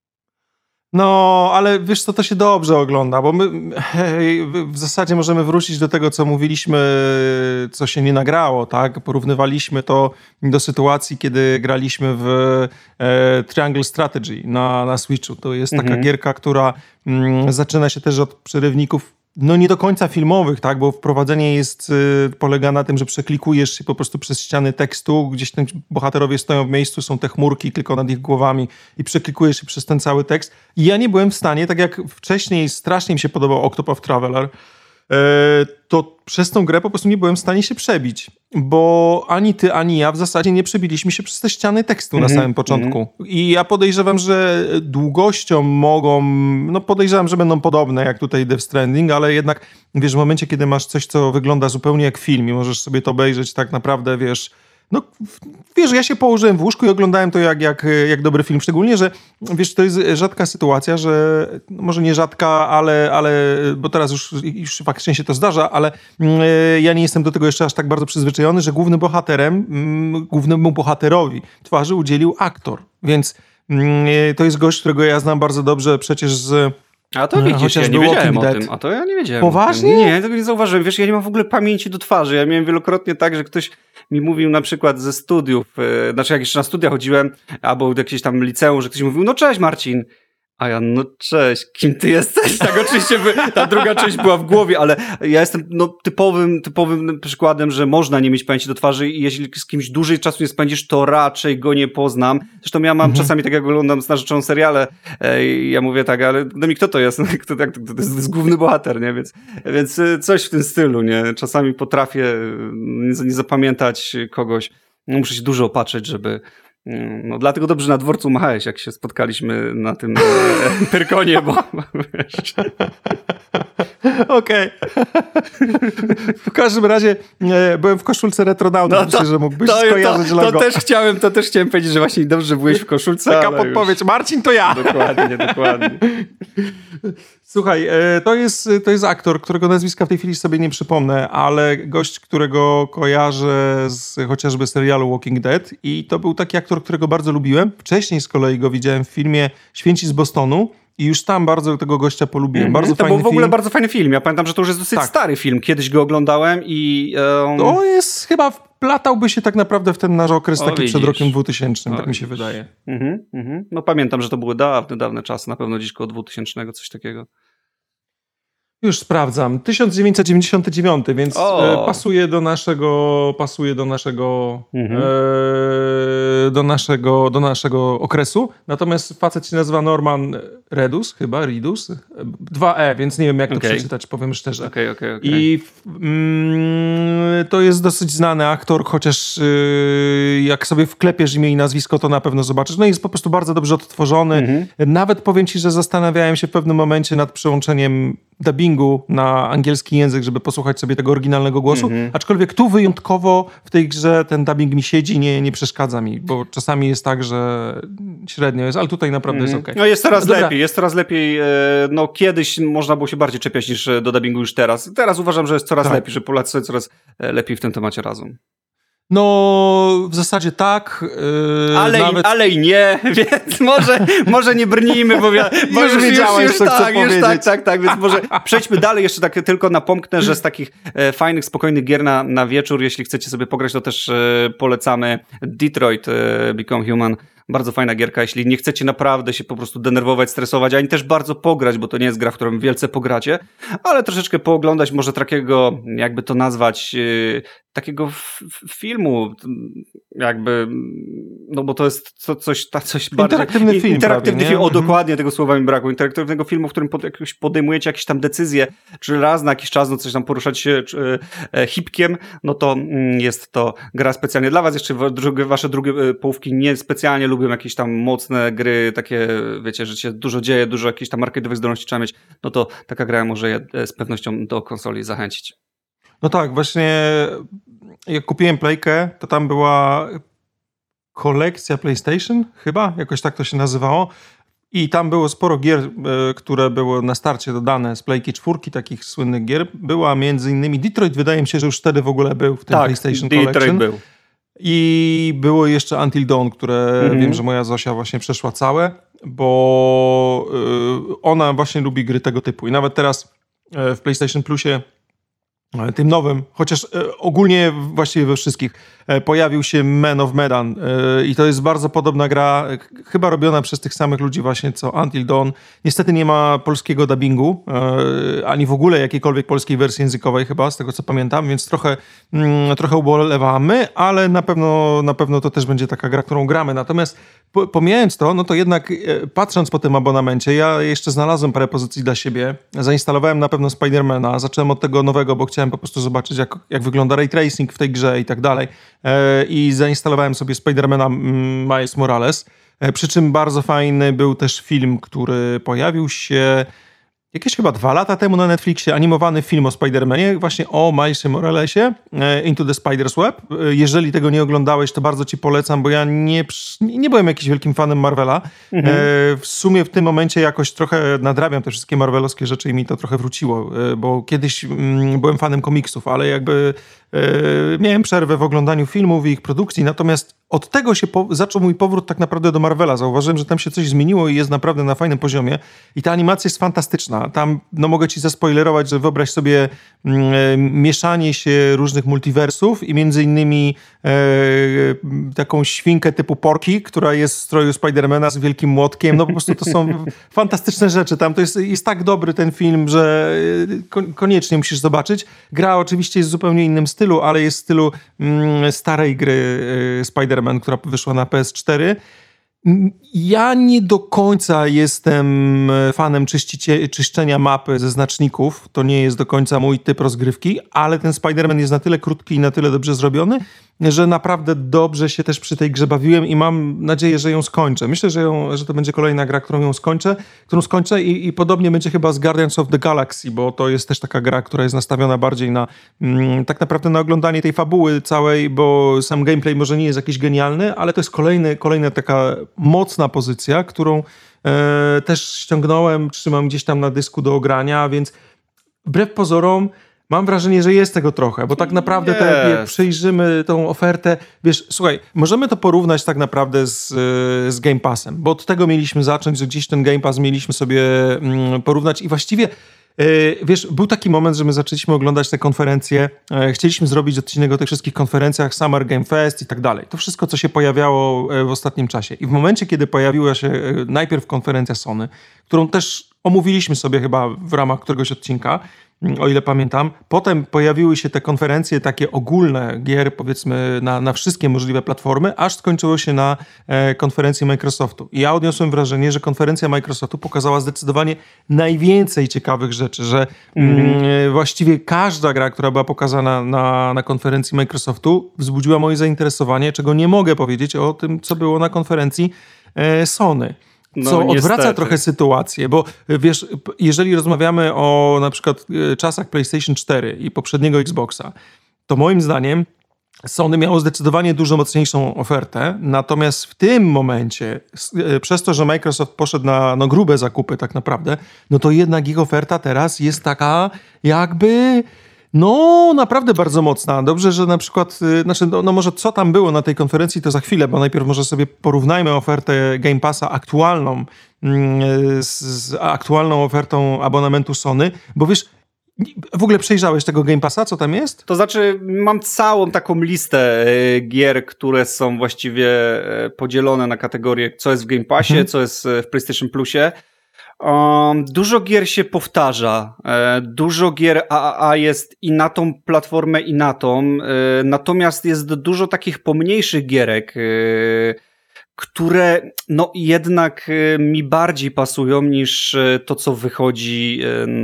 No, ale wiesz co, to się dobrze ogląda, bo my w zasadzie możemy wrócić do tego, co mówiliśmy, co się nie nagrało, tak? Porównywaliśmy to do sytuacji, kiedy graliśmy w Triangle Strategy na Switchu. To jest taka gierka, która zaczyna się też od przerywników no nie do końca filmowych, tak, bo wprowadzenie polega na tym, że przeklikujesz się po prostu przez ściany tekstu, gdzieś tam bohaterowie stoją w miejscu, są te chmurki tylko nad ich głowami i przeklikujesz się przez ten cały tekst. I ja nie byłem w stanie, tak jak wcześniej strasznie mi się podobał Octopath Traveler, to przez tą grę po prostu nie byłem w stanie się przebić, bo ani ty, ani ja w zasadzie nie przebiliśmy się przez te ściany tekstu na samym początku. I ja podejrzewam, że długością podejrzewam, że będą podobne jak tutaj Death Stranding, ale jednak wiesz, w momencie, kiedy masz coś, co wygląda zupełnie jak film i możesz sobie to obejrzeć tak naprawdę, wiesz, ja się położyłem w łóżku i oglądałem to jak dobry film, szczególnie, że wiesz, to jest rzadka sytuacja, że może nie rzadka, ale bo teraz już faktycznie się to zdarza, ale ja nie jestem do tego jeszcze aż tak bardzo przyzwyczajony, że głównemu bohaterowi twarzy udzielił aktor, więc to jest gość, którego ja znam bardzo dobrze przecież z... A to widzisz, ja nie wiedziałem o tym. A to ja nie wiedziałem. Poważnie? Nie, tego nie zauważyłem. Wiesz, ja nie mam w ogóle pamięci do twarzy. Ja miałem wielokrotnie tak, że ktoś mi mówił na przykład ze studiów, znaczy jak jeszcze na studia chodziłem, albo do jakiegoś tam liceum, że ktoś mówił, no cześć Marcin. A ja, no cześć, kim ty jesteś? Tak oczywiście ta druga część była w głowie, ale ja jestem typowym przykładem, że można nie mieć pamięci do twarzy i jeśli z kimś dłużej czasu nie spędzisz, to raczej go nie poznam. Zresztą ja mam czasami, tak jak oglądam z narzeczoną seriale, ja mówię tak, ale no mi kto to jest? To jest główny bohater, nie? Więc coś w tym stylu, nie? Czasami potrafię nie zapamiętać kogoś. No, muszę się dużo opatrzeć, żeby... No dlatego dobrze na dworcu machałeś, jak się spotkaliśmy na tym Pyrkonie, bo wiesz... Okej. W każdym razie byłem w koszulce Retronauta. Myślę, że mógłbyś skojarzyć logo. To też chciałem powiedzieć, że właśnie dobrze byłeś w koszulce. Taka podpowiedź. Już... Marcin, to ja. Dokładnie. Słuchaj, to jest aktor, którego nazwiska w tej chwili sobie nie przypomnę, ale gość, którego kojarzę z chociażby serialu Walking Dead i to był taki aktor, którego bardzo lubiłem. Wcześniej z kolei go widziałem w filmie Święci z Bostonu i już tam bardzo tego gościa polubiłem. Bardzo to fajny był w ogóle film. bardzo fajny film. Ja pamiętam, że to już jest dosyć stary film. Kiedyś go oglądałem i... To jest chyba wplatałby się tak naprawdę w ten nasz okres taki widzisz. przed rokiem 2000, tak mi się wydaje. No pamiętam, że to były dawne czasy, na pewno gdzieś koło 2000, coś takiego. Już sprawdzam. 1999, więc pasuje do naszego okresu. Natomiast facet się nazywa Norman Reedus, chyba, Reedus. 2E, więc nie wiem jak to przeczytać, powiem szczerze. Okay. I to jest dosyć znany aktor, chociaż jak sobie wklepiesz imię i nazwisko, to na pewno zobaczysz. No i jest po prostu bardzo dobrze odtworzony. Nawet powiem ci, że zastanawiałem się w pewnym momencie nad przełączeniem dubbingu na angielski język, żeby posłuchać sobie tego oryginalnego głosu, aczkolwiek tu wyjątkowo w tej grze ten dubbing mi siedzi, nie przeszkadza mi, bo czasami jest tak, że średnio jest, ale tutaj naprawdę jest okej. No jest coraz lepiej. No kiedyś można było się bardziej czepiać niż do dubbingu już teraz. Teraz uważam, że jest coraz lepiej, że Polacy sobie coraz lepiej w tym temacie radzą. No, w zasadzie tak. Ale i nie, więc może nie brnijmy, bo już wiedziałeś, co chcę powiedzieć. Tak, więc może przejdźmy dalej. Jeszcze tak tylko napomknę, że z takich fajnych, spokojnych gier na wieczór, jeśli chcecie sobie pograć, to też polecamy Detroit Become Human. Bardzo fajna gierka, jeśli nie chcecie naprawdę się po prostu denerwować, stresować, ani też bardzo pograć, bo to nie jest gra, w którą wielce pogracie, ale troszeczkę pooglądać może takiego, jakby to nazwać, takiego filmu, jakby, no bo to jest coś bardziej... Interaktywny film. Interaktywny film, dokładnie tego słowa mi brakło. Interaktywnego filmu, w którym podejmujecie jakieś tam decyzje, czy raz na jakiś czas, no coś tam poruszać się hipkiem, no to jest to gra specjalnie dla was. Jeszcze wasze drugie połówki nie specjalnie lubią jakieś tam mocne gry, takie, wiecie, że się dużo dzieje, dużo jakichś tam arcade'owych zdolności trzeba mieć, no to taka gra może je z pewnością do konsoli zachęcić. No tak, właśnie jak kupiłem Playkę, to tam była kolekcja PlayStation, chyba, jakoś tak to się nazywało. I tam było sporo gier, które były na starcie dodane z Playki 4, takich słynnych gier. Była między innymi Detroit, wydaje mi się, że już wtedy w ogóle był w tym PlayStation Collection. Detroit był. I było jeszcze Until Dawn, które wiem, że moja Zosia właśnie przeszła całe, bo ona właśnie lubi gry tego typu. I nawet teraz w PlayStation Plusie, tym nowym, chociaż ogólnie właściwie we wszystkich, pojawił się Man of Medan i to jest bardzo podobna gra, chyba robiona przez tych samych ludzi właśnie co Until Dawn. Niestety nie ma polskiego dubbingu, ani w ogóle jakiejkolwiek polskiej wersji językowej chyba, z tego co pamiętam, więc trochę ubolewamy, ale na pewno to też będzie taka gra, którą gramy. Natomiast pomijając to, no to jednak patrząc po tym abonamencie, ja jeszcze znalazłem parę pozycji dla siebie. Zainstalowałem na pewno Spidermana, zacząłem od tego nowego, bo chciałem po prostu zobaczyć, jak wygląda ray tracing w tej grze i tak dalej. I zainstalowałem sobie Spidermana Miles Morales. Przy czym bardzo fajny był też film, który pojawił się jakieś chyba 2 lata temu na Netflixie, animowany film o Spider-Manie, właśnie o Milesie Moralesie, Into the Spider's Web. Jeżeli tego nie oglądałeś, to bardzo ci polecam, bo ja nie byłem jakimś wielkim fanem Marvela. W sumie w tym momencie jakoś trochę nadrabiam te wszystkie marvelowskie rzeczy i mi to trochę wróciło, bo kiedyś byłem fanem komiksów, ale jakby miałem przerwę w oglądaniu filmów i ich produkcji, natomiast od tego się zaczął mój powrót tak naprawdę do Marvela. Zauważyłem, że tam się coś zmieniło i jest naprawdę na fajnym poziomie i ta animacja jest fantastyczna. Tam, no mogę ci zaspoilerować, że wyobraź sobie mieszanie się różnych multiversów i między innymi taką świnkę typu Porky, która jest w stroju Spidermana z wielkim młotkiem. No po prostu to są fantastyczne rzeczy. Tam to jest tak dobry ten film, że koniecznie musisz zobaczyć. Gra oczywiście jest w zupełnie innym stylu, ale jest w stylu starej gry Spider-Man, która wyszła na PS4. Ja nie do końca jestem fanem czyszczenia mapy ze znaczników. To nie jest do końca mój typ rozgrywki, ale ten Spider-Man jest na tyle krótki i na tyle dobrze zrobiony, że naprawdę dobrze się też przy tej grze bawiłem i mam nadzieję, że ją skończę. Myślę, że to będzie kolejna gra, którą skończę i podobnie będzie chyba z Guardians of the Galaxy, bo to jest też taka gra, która jest nastawiona bardziej na tak naprawdę na oglądanie tej fabuły całej, bo sam gameplay może nie jest jakiś genialny, ale to jest kolejna taka mocna pozycja, którą też ściągnąłem, trzymam gdzieś tam na dysku do ogrania, więc wbrew pozorom Mam wrażenie, że jest tego trochę, bo tak naprawdę jak przejrzymy tą ofertę, wiesz, słuchaj, możemy to porównać tak naprawdę z Game Passem, bo od tego mieliśmy zacząć, że gdzieś ten Game Pass mieliśmy sobie porównać i właściwie wiesz, był taki moment, że my zaczęliśmy oglądać te konferencje, chcieliśmy zrobić odcinek o tych wszystkich konferencjach, Summer Game Fest i tak dalej. To wszystko, co się pojawiało w ostatnim czasie. I w momencie, kiedy pojawiła się najpierw konferencja Sony, którą też omówiliśmy sobie chyba w ramach któregoś odcinka, o ile pamiętam. Potem pojawiły się te konferencje takie ogólne gier, powiedzmy na wszystkie możliwe platformy, aż skończyło się na konferencji Microsoftu. I ja odniosłem wrażenie, że konferencja Microsoftu pokazała zdecydowanie najwięcej ciekawych rzeczy, że właściwie każda gra, która była pokazana na konferencji Microsoftu, wzbudziła moje zainteresowanie, czego nie mogę powiedzieć o tym, co było na konferencji Sony. Co odwraca trochę sytuację, bo wiesz, jeżeli rozmawiamy o na przykład czasach PlayStation 4 i poprzedniego Xboxa, to moim zdaniem Sony miało zdecydowanie dużo mocniejszą ofertę, natomiast w tym momencie, przez to, że Microsoft poszedł na grube zakupy tak naprawdę, no to jednak ich oferta teraz jest taka jakby... No, naprawdę bardzo mocna. Dobrze, że na przykład, no może co tam było na tej konferencji, to za chwilę, bo najpierw może sobie porównajmy ofertę Game Passa aktualną z aktualną ofertą abonamentu Sony, bo wiesz, w ogóle przejrzałeś tego Game Passa, co tam jest? To znaczy, mam całą taką listę gier, które są właściwie podzielone na kategorie, co jest w Game Passie, co jest w PlayStation Plusie. Dużo gier się powtarza, dużo gier AAA jest i na tą platformę, i na tą, natomiast jest dużo takich pomniejszych gierek, które no jednak mi bardziej pasują niż to, co wychodzi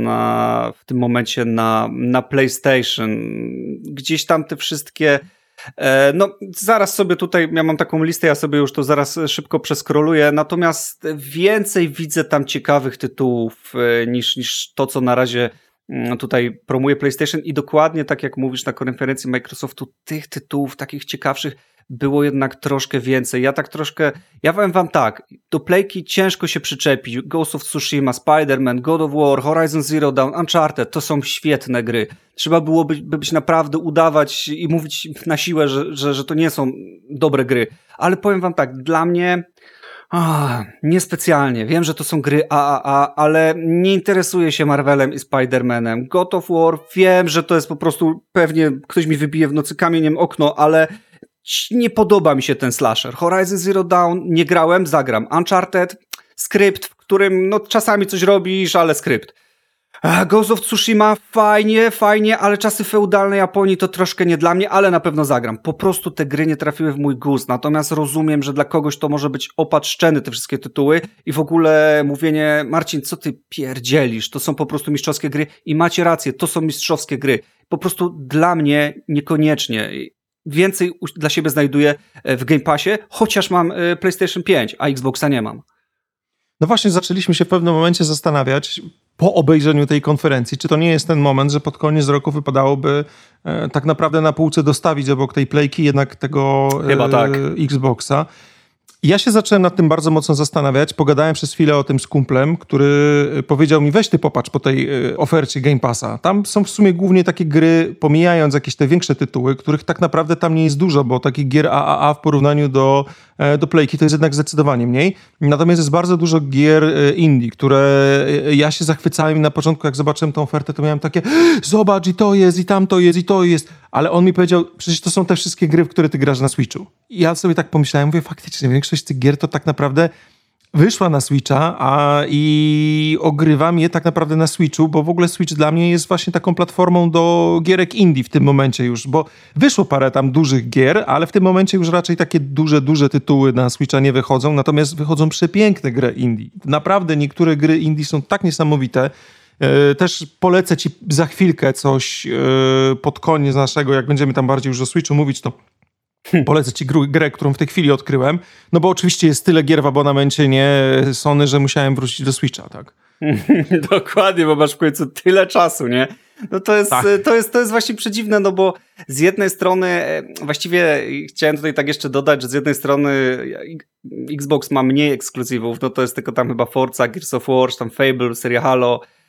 w tym momencie na PlayStation. Gdzieś tam te wszystkie... No, zaraz sobie tutaj, ja mam taką listę, ja sobie już to zaraz szybko przeskroluję, natomiast więcej widzę tam ciekawych tytułów niż to, co na razie tutaj promuje PlayStation i dokładnie tak jak mówisz na konferencji Microsoftu, tych tytułów takich ciekawszych było jednak troszkę więcej. Ja powiem wam tak, do Playki ciężko się przyczepić. Ghost of Tsushima, Spider-Man, God of War, Horizon Zero Dawn, Uncharted, to są świetne gry. Trzeba byłoby być naprawdę udawać i mówić na siłę, że to nie są dobre gry. Ale powiem wam tak, dla mnie niespecjalnie. Wiem, że to są gry AAA, ale nie interesuję się Marvelem i Spider-Manem. God of War, wiem, że to jest po prostu, pewnie ktoś mi wybije w nocy kamieniem okno, ale nie podoba mi się ten slasher. Horizon Zero Dawn nie grałem, zagram. Uncharted, skrypt, w którym no czasami coś robisz, ale skrypt. Ghost of Tsushima, fajnie, ale czasy feudalnej Japonii to troszkę nie dla mnie, ale na pewno zagram. Po prostu te gry nie trafiły w mój gust, natomiast rozumiem, że dla kogoś to może być opad szczeny, te wszystkie tytuły i w ogóle mówienie, Marcin, co ty pierdzielisz, to są po prostu mistrzowskie gry i macie rację, to są mistrzowskie gry. Po prostu dla mnie niekoniecznie. Więcej dla siebie znajduję w Game Passie, chociaż mam PlayStation 5, a Xboxa nie mam. No właśnie, zaczęliśmy się w pewnym momencie zastanawiać, po obejrzeniu tej konferencji, czy to nie jest ten moment, że pod koniec roku wypadałoby tak naprawdę na półce dostawić obok tej Playki jednak tego Xboxa. Ja się zacząłem nad tym bardzo mocno zastanawiać. Pogadałem przez chwilę o tym z kumplem, który powiedział mi, weź ty popatrz po tej ofercie Game Passa. Tam są w sumie głównie takie gry, pomijając jakieś te większe tytuły, których tak naprawdę tam nie jest dużo, bo takich gier AAA w porównaniu do Playki to jest jednak zdecydowanie mniej. Natomiast jest bardzo dużo gier indie, które ja się zachwycałem i na początku jak zobaczyłem tą ofertę, to miałem takie zobacz i to jest, i tamto jest, i to jest. Ale on mi powiedział, przecież to są te wszystkie gry, w które ty grasz na Switchu. I ja sobie tak pomyślałem, mówię, faktycznie, większość z tych gier to tak naprawdę wyszła na Switcha, i ogrywam je tak naprawdę na Switchu, bo w ogóle Switch dla mnie jest właśnie taką platformą do gierek indie w tym momencie już, bo wyszło parę tam dużych gier, ale w tym momencie już raczej takie duże tytuły na Switcha nie wychodzą, natomiast wychodzą przepiękne gry indie. Naprawdę niektóre gry indie są tak niesamowite. Też polecę ci za chwilkę coś pod koniec naszego, jak będziemy tam bardziej już o Switchu mówić, to polecę ci grę, którą w tej chwili odkryłem, no bo oczywiście jest tyle gier w abonamencie, nie Sony, że musiałem wrócić do Switcha, tak? Dokładnie, bo masz w końcu tyle czasu, nie? No to jest właśnie przedziwne, no bo z jednej strony, właściwie chciałem tutaj tak jeszcze dodać, że z jednej strony Xbox ma mniej ekskluzywów, no to jest tylko tam chyba Forza, Gears of War, tam Fable, seria Halo,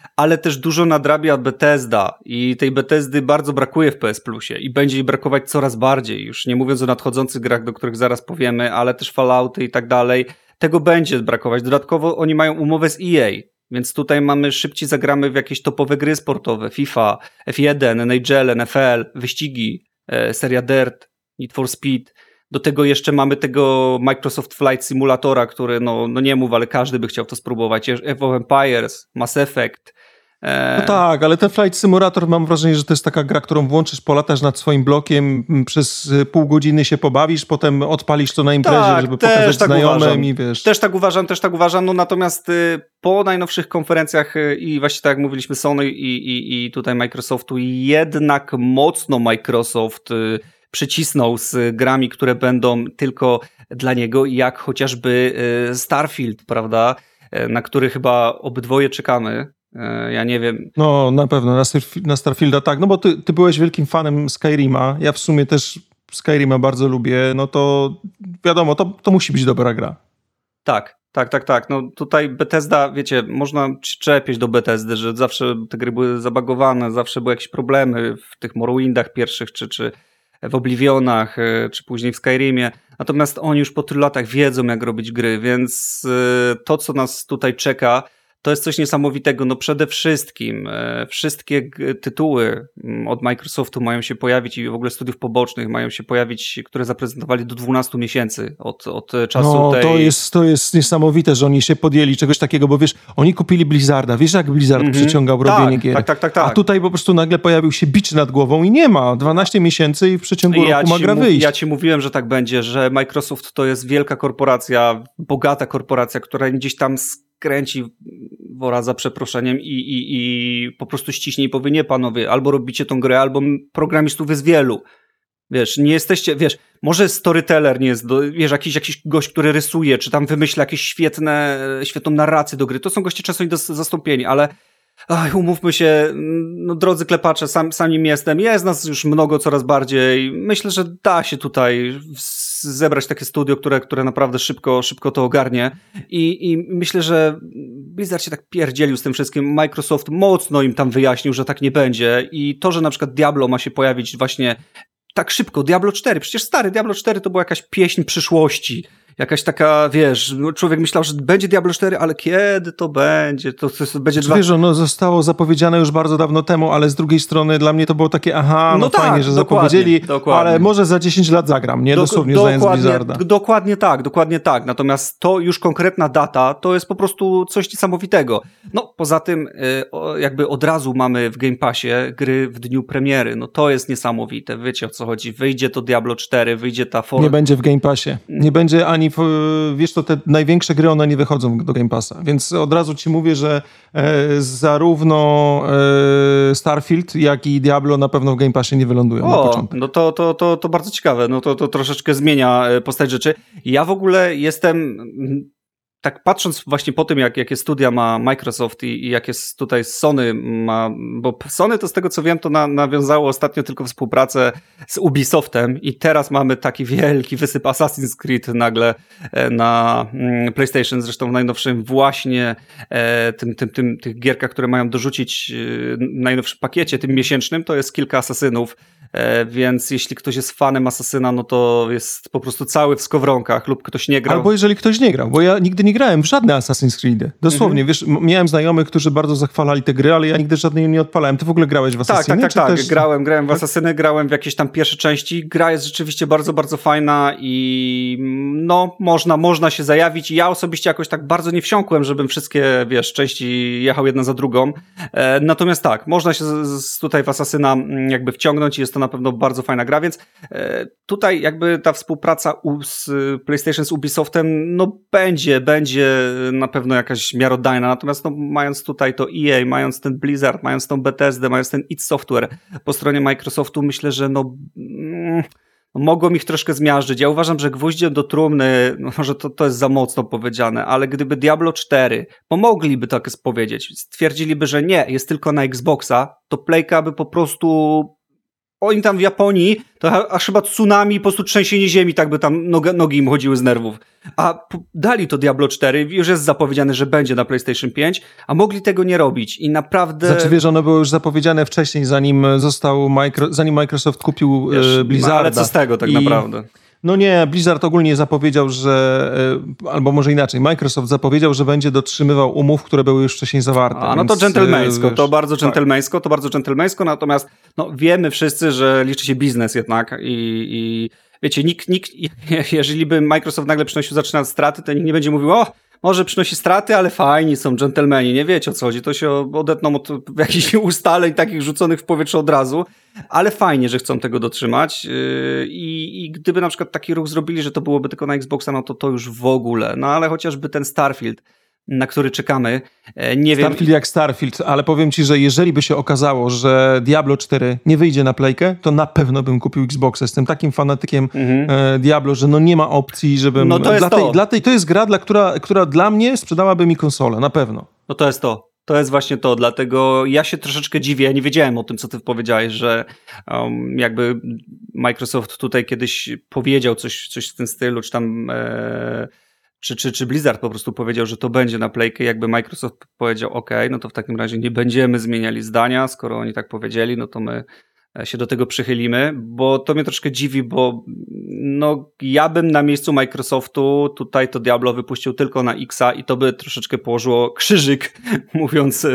ale też dużo nadrabia Bethesda i tej Bethesdy bardzo brakuje w PS Plusie i będzie jej brakować coraz bardziej, już nie mówiąc o nadchodzących grach, do których zaraz powiemy, ale też Fallouty i tak dalej, tego będzie brakować. Dodatkowo oni mają umowę z EA, więc tutaj mamy szybciej zagramy w jakieś topowe gry sportowe, FIFA, F1, NHL, NFL, wyścigi, seria Dirt, Need for Speed. Do tego jeszcze mamy tego Microsoft Flight Simulatora, który no nie mów, ale każdy by chciał to spróbować. Age of Empires, Mass Effect. No tak, ale ten Flight Simulator mam wrażenie, że to jest taka gra, którą włączysz, polatasz nad swoim blokiem, przez pół godziny się pobawisz, potem odpalisz to na imprezie, tak, żeby pokazać tak znajomym uważam. I wiesz. Też tak uważam, no natomiast po najnowszych konferencjach i właśnie tak jak mówiliśmy Sony i tutaj Microsoftu, jednak mocno Microsoft przycisnął z grami, które będą tylko dla niego, jak chociażby Starfield, prawda, na który chyba obydwoje czekamy. Ja nie wiem. No na pewno, na Starfielda tak, no bo ty byłeś wielkim fanem Skyrima, ja w sumie też Skyrima bardzo lubię, no to wiadomo, to musi być dobra gra. Tak. No tutaj Bethesda, wiecie, można czepiać do Bethesdy, że zawsze te gry były zabagowane, zawsze były jakieś problemy w tych Morrowindach pierwszych, czy w Oblivionach, czy później w Skyrimie. Natomiast oni już po tylu latach wiedzą, jak robić gry, więc to, co nas tutaj czeka, to jest coś niesamowitego. No przede wszystkim wszystkie tytuły od Microsoftu mają się pojawić i w ogóle studiów pobocznych mają się pojawić, które zaprezentowali do 12 miesięcy od czasu no, tej... To jest niesamowite, że oni się podjęli czegoś takiego, bo wiesz, oni kupili Blizzarda. Wiesz, jak Blizzard przyciągał robienie gier? Tak. A tutaj po prostu nagle pojawił się bicz nad głową i nie ma. 12 miesięcy i w przeciągu roku ma gra wyjść. Ja ci mówiłem, że tak będzie, że Microsoft to jest wielka korporacja, bogata korporacja, która gdzieś tam kręci wora za przeproszeniem i po prostu ściśnie i powie, nie panowie, albo robicie tą grę, albo programistów jest wielu. Wiesz, nie jesteście, wiesz, może storyteller nie jest, wiesz, jakiś gość, który rysuje, czy tam wymyśla jakieś świetną narrację do gry. To są goście czasami zastąpieni, ale umówmy się, no drodzy klepacze, sam nim jestem. Jest nas już mnogo, coraz bardziej. Myślę, że da się tutaj zebrać takie studio, które naprawdę szybko to ogarnie. I myślę, że Blizzard się tak pierdzielił z tym wszystkim. Microsoft mocno im tam wyjaśnił, że tak nie będzie. I to, że na przykład Diablo ma się pojawić właśnie tak szybko, Diablo 4, przecież stary Diablo 4 to była jakaś pieśń przyszłości. Jakaś taka, wiesz, człowiek myślał, że będzie Diablo 4, ale kiedy to będzie? To będzie Wiesz, ono zostało zapowiedziane już bardzo dawno temu, ale z drugiej strony dla mnie to było takie, no tak, fajnie, że zapowiedzieli, ale może za 10 lat zagram, nie? Dosłownie znając Blizzarda. Dokładnie tak. Natomiast to już konkretna data, to jest po prostu coś niesamowitego. No, poza tym jakby od razu mamy w Game Passie gry w dniu premiery. No to jest niesamowite. Wiecie, o co chodzi. Wyjdzie to Diablo 4, wyjdzie ta Nie będzie w Game Passie. Nie będzie ani wiesz, to te największe gry, one nie wychodzą do Game Passa, więc od razu ci mówię, że zarówno Starfield, jak i Diablo na pewno w Game Passie nie wylądują na początek. No to bardzo ciekawe, no to troszeczkę zmienia postać rzeczy. Ja w ogóle jestem... Tak patrząc właśnie po tym, jakie studia ma Microsoft i jakie tutaj Sony ma, bo Sony to z tego co wiem, to nawiązało ostatnio tylko współpracę z Ubisoftem i teraz mamy taki wielki wysyp Assassin's Creed nagle na PlayStation, zresztą w najnowszym właśnie tych gierkach, które mają dorzucić w najnowszym pakiecie, tym miesięcznym, to jest kilka asasynów, więc jeśli ktoś jest fanem Asasyna, no to jest po prostu cały w skowronkach lub ktoś nie grał. Albo jeżeli ktoś nie grał, bo ja nigdy nie grałem w żadne Assassin's Creed. Dosłownie, wiesz, miałem znajomych, którzy bardzo zachwalali te gry, ale ja nigdy żadnej nie odpalałem. Ty w ogóle grałeś w Assassiny? Tak. Też... Grałem w Assassiny, grałem w jakieś tam pierwsze części. Gra jest rzeczywiście bardzo, bardzo fajna i no, można się zajawić. Ja osobiście jakoś tak bardzo nie wsiąkłem, żebym wszystkie, wiesz, części jechał jedna za drugą. Natomiast tak, można się tutaj w Assassina jakby wciągnąć i jest to na pewno bardzo fajna gra, więc tutaj jakby ta współpraca z PlayStation z Ubisoftem, no będzie na pewno jakaś miarodajna, natomiast no, mając tutaj to EA, mając ten Blizzard, mając tą Bethesdę, mając ten id Software po stronie Microsoftu, myślę, że mogą ich troszkę zmiażdżyć. Ja uważam, że gwoździem do trumny, no może to jest za mocno powiedziane, ale gdyby Diablo 4 pomogliby tak powiedzieć, stwierdziliby, że nie, jest tylko na Xboxa, to Playka by po prostu oni tam w Japonii, to aż chyba tsunami, po prostu trzęsienie ziemi, tak by tam nogi im chodziły z nerwów. A dali to Diablo 4, już jest zapowiedziane, że będzie na PlayStation 5, a mogli tego nie robić i naprawdę... Znaczy wiesz, ono było już zapowiedziane wcześniej, zanim Microsoft kupił Blizzarda. Ale co z tego tak naprawdę? No nie, Blizzard ogólnie zapowiedział, że, albo może inaczej, Microsoft zapowiedział, że będzie dotrzymywał umów, które były już wcześniej zawarte. A, no to dżentelmeńsko, to bardzo dżentelmeńsko, natomiast no, wiemy wszyscy, że liczy się biznes jednak i wiecie, nikt, jeżeli by Microsoft nagle zaczyna straty, to nikt nie będzie mówił, może przynosi straty, ale fajni są dżentelmeni, nie wiecie o co chodzi, to się odetną od jakichś ustaleń takich rzuconych w powietrze od razu, ale fajnie, że chcą tego dotrzymać i gdyby na przykład taki ruch zrobili, że to byłoby tylko na Xboxa, no to już w ogóle, no ale chociażby ten Starfield, na który czekamy, nie wiem... Starfield jak Starfield, ale powiem ci, że jeżeli by się okazało, że Diablo 4 nie wyjdzie na Playkę, to na pewno bym kupił Xboxa. Jestem takim fanatykiem Diablo, że no nie ma opcji, żebym... No to jest to jest gra, która dla mnie sprzedałaby mi konsolę, na pewno. No to jest to. To jest właśnie to, dlatego ja się troszeczkę dziwię, ja nie wiedziałem o tym, co ty powiedziałeś, że jakby Microsoft tutaj kiedyś powiedział coś w tym stylu, czy tam... Czy Blizzard po prostu powiedział, że to będzie na Playkę, jakby Microsoft powiedział, no to w takim razie nie będziemy zmieniali zdania, skoro oni tak powiedzieli, no to my się do tego przychylimy, bo to mnie troszkę dziwi, bo no ja bym na miejscu Microsoftu tutaj to Diablo wypuścił tylko na Xa i to by troszeczkę położyło krzyżyk, mówiąc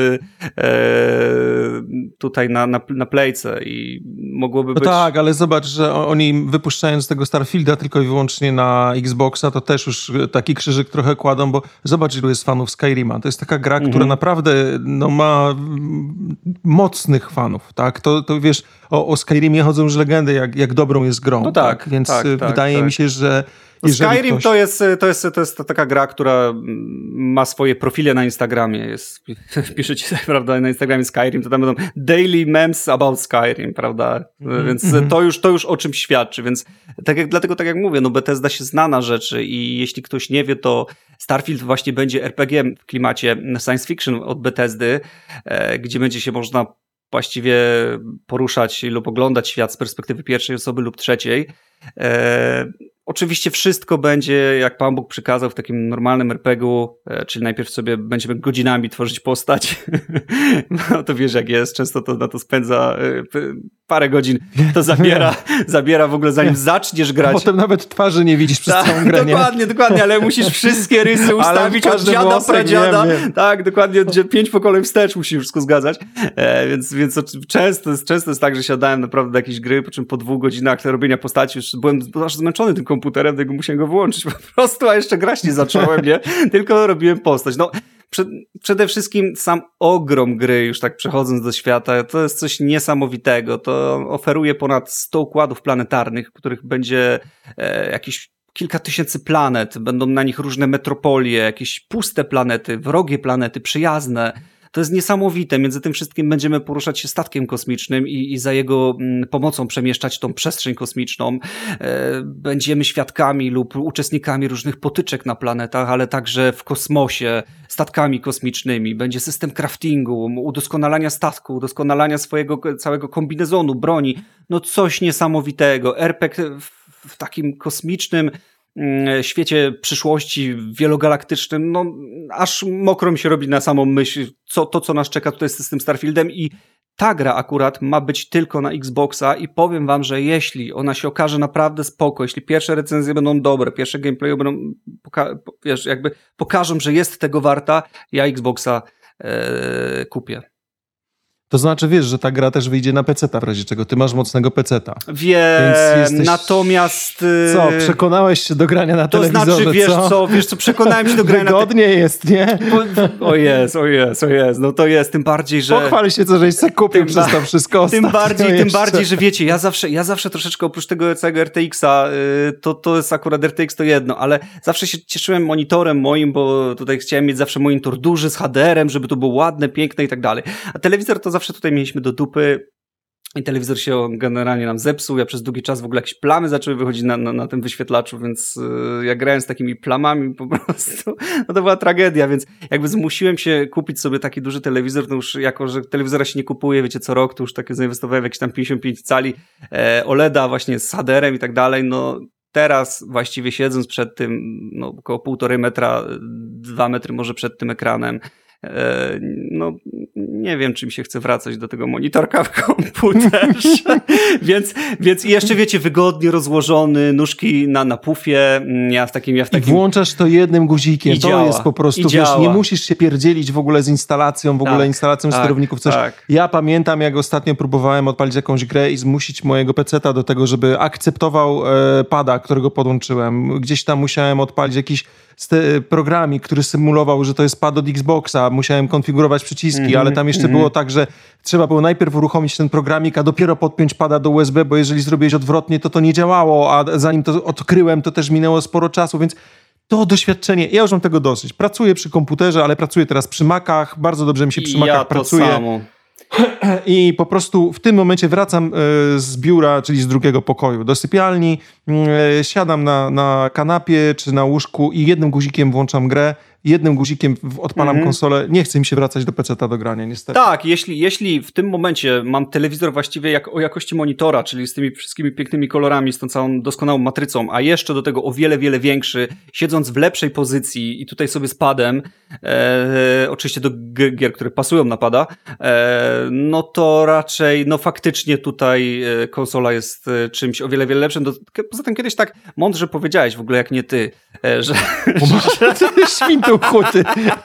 tutaj na Playce i mogłoby być... No tak, ale zobacz, że oni wypuszczając tego Starfielda tylko i wyłącznie na Xboxa, to też już taki krzyżyk trochę kładą, bo zobacz, ilu jest fanów Skyrima. To jest taka gra, która naprawdę no, ma mocnych fanów, tak? To wiesz, o Skyrimie chodzą już legendy, jak dobrą jest grą. No tak, więc wydaje mi się, że Skyrim to jest taka gra, która ma swoje profile na Instagramie. Piszecie sobie, prawda, na Instagramie Skyrim, to tam będą daily memes about Skyrim, prawda? Więc to już o czym świadczy. Więc dlatego tak jak mówię, no Bethesda się zna na rzeczy i jeśli ktoś nie wie, to Starfield właśnie będzie RPG w klimacie science fiction od Bethesdy, gdzie będzie się można właściwie poruszać lub oglądać świat z perspektywy pierwszej osoby lub trzeciej. Oczywiście wszystko będzie, jak Pan Bóg przykazał, w takim normalnym RPG-u, czyli najpierw sobie będziemy godzinami tworzyć postać. No to wiesz jak jest, często to na to spędza parę godzin, to zabiera w ogóle zanim zaczniesz grać. A potem nawet twarzy nie widzisz przez całą grę, Dokładnie, ale musisz wszystkie rysy ustawić od dziada, pradziada. Wiem. Tak, dokładnie, od 5 pokoleń wstecz musisz wszystko zgadzać. Więc często jest tak, że siadałem naprawdę do jakiejś gry, po czym po 2 godzinach robienia postaci już byłem aż zmęczony tym komputerem, tego musiałem go wyłączyć po prostu, a jeszcze grać nie zacząłem, nie? Tylko robiłem postać. No, przede wszystkim sam ogrom gry, już tak przechodząc do świata, to jest coś niesamowitego. To oferuje ponad 100 układów planetarnych, w których będzie jakieś kilka tysięcy planet, będą na nich różne metropolie, jakieś puste planety, wrogie planety, przyjazne. To jest niesamowite. Między tym wszystkim będziemy poruszać się statkiem kosmicznym i za jego pomocą przemieszczać tą przestrzeń kosmiczną. Będziemy świadkami lub uczestnikami różnych potyczek na planetach, ale także w kosmosie, statkami kosmicznymi. Będzie system craftingu, udoskonalania statku, udoskonalania swojego całego kombinezonu, broni. No coś niesamowitego. RPG w takim kosmicznym świecie przyszłości wielogalaktycznym, no aż mokro mi się robi na samą myśl, co nas czeka tutaj z tym Starfieldem i ta gra akurat ma być tylko na Xboxa i powiem wam, że jeśli ona się okaże naprawdę spoko, jeśli pierwsze recenzje będą dobre, pierwsze gameplaye będą jakby pokażą, że jest tego warta, ja Xboxa kupię. To znaczy, wiesz, że ta gra też wyjdzie na PC-ta w razie czego. Ty masz mocnego PC-ta. Wiem, natomiast... Co, przekonałeś się do grania na telewizorze, to znaczy, wiesz co, przekonałem się do grania na... Wygodnie jest, nie? O jest, no to jest, tym bardziej, że... Pochwal się, żeś sobie kupił przez to wszystko tym bardziej, że wiecie, ja zawsze troszeczkę oprócz tego całego RTX-a, to jest akurat RTX to jedno, ale zawsze się cieszyłem monitorem moim, bo tutaj chciałem mieć zawsze monitor duży z HDR-em, żeby to było ładne, piękne i tak dalej. A telewizor to zawsze tutaj mieliśmy do dupy. I telewizor się generalnie nam zepsuł, ja przez długi czas w ogóle jakieś plamy zaczęły wychodzić na tym wyświetlaczu, więc ja grałem z takimi plamami po prostu, no to była tragedia, więc jakby zmusiłem się kupić sobie taki duży telewizor, no już jako, że telewizora się nie kupuje, wiecie, co rok, to już takie zainwestowałem w jakieś tam 55 cali OLEDa właśnie z HDR-em i tak dalej, no teraz właściwie siedząc przed tym, no około 1,5 metra, 2 metry może przed tym ekranem, no nie wiem, czy mi się chce wracać do tego monitorka w komputerze, więc jeszcze wiecie, wygodnie rozłożony, nóżki na pufie, ja w takim... I włączasz to jednym guzikiem, to działa, jest po prostu, wiesz, nie musisz się pierdzielić w ogóle z instalacją, instalacją sterowników, coś. Tak. Ja pamiętam, jak ostatnio próbowałem odpalić jakąś grę i zmusić mojego peceta do tego, żeby akceptował pada, którego podłączyłem. Gdzieś tam musiałem odpalić jakiś programik, który symulował, że to jest pad od Xboxa, musiałem konfigurować przyciski, ale tam jeszcze było tak, że trzeba było najpierw uruchomić ten programik, a dopiero podpiąć pada do USB, bo jeżeli zrobiłeś odwrotnie, to nie działało, a zanim to odkryłem, to też minęło sporo czasu, więc to doświadczenie, ja już mam tego dosyć. Pracuję przy komputerze, ale pracuję teraz przy Macach, bardzo dobrze mi się przy Macach pracuje. Samo. I po prostu w tym momencie wracam z biura, czyli z drugiego pokoju do sypialni, siadam na kanapie czy na łóżku i jednym guzikiem włączam grę, jednym guzikiem odpalam konsolę. Nie chce mi się wracać do peceta do grania, niestety. Tak, jeśli w tym momencie mam telewizor właściwie o jakości monitora, czyli z tymi wszystkimi pięknymi kolorami, z tą całą doskonałą matrycą, a jeszcze do tego o wiele, wiele większy, siedząc w lepszej pozycji i tutaj sobie z padem, oczywiście do gier, które pasują na pada, no to raczej, no faktycznie tutaj konsola jest czymś o wiele, wiele lepszym. Poza tym kiedyś tak mądrze powiedziałeś, w ogóle jak nie ty, że świntu chuty.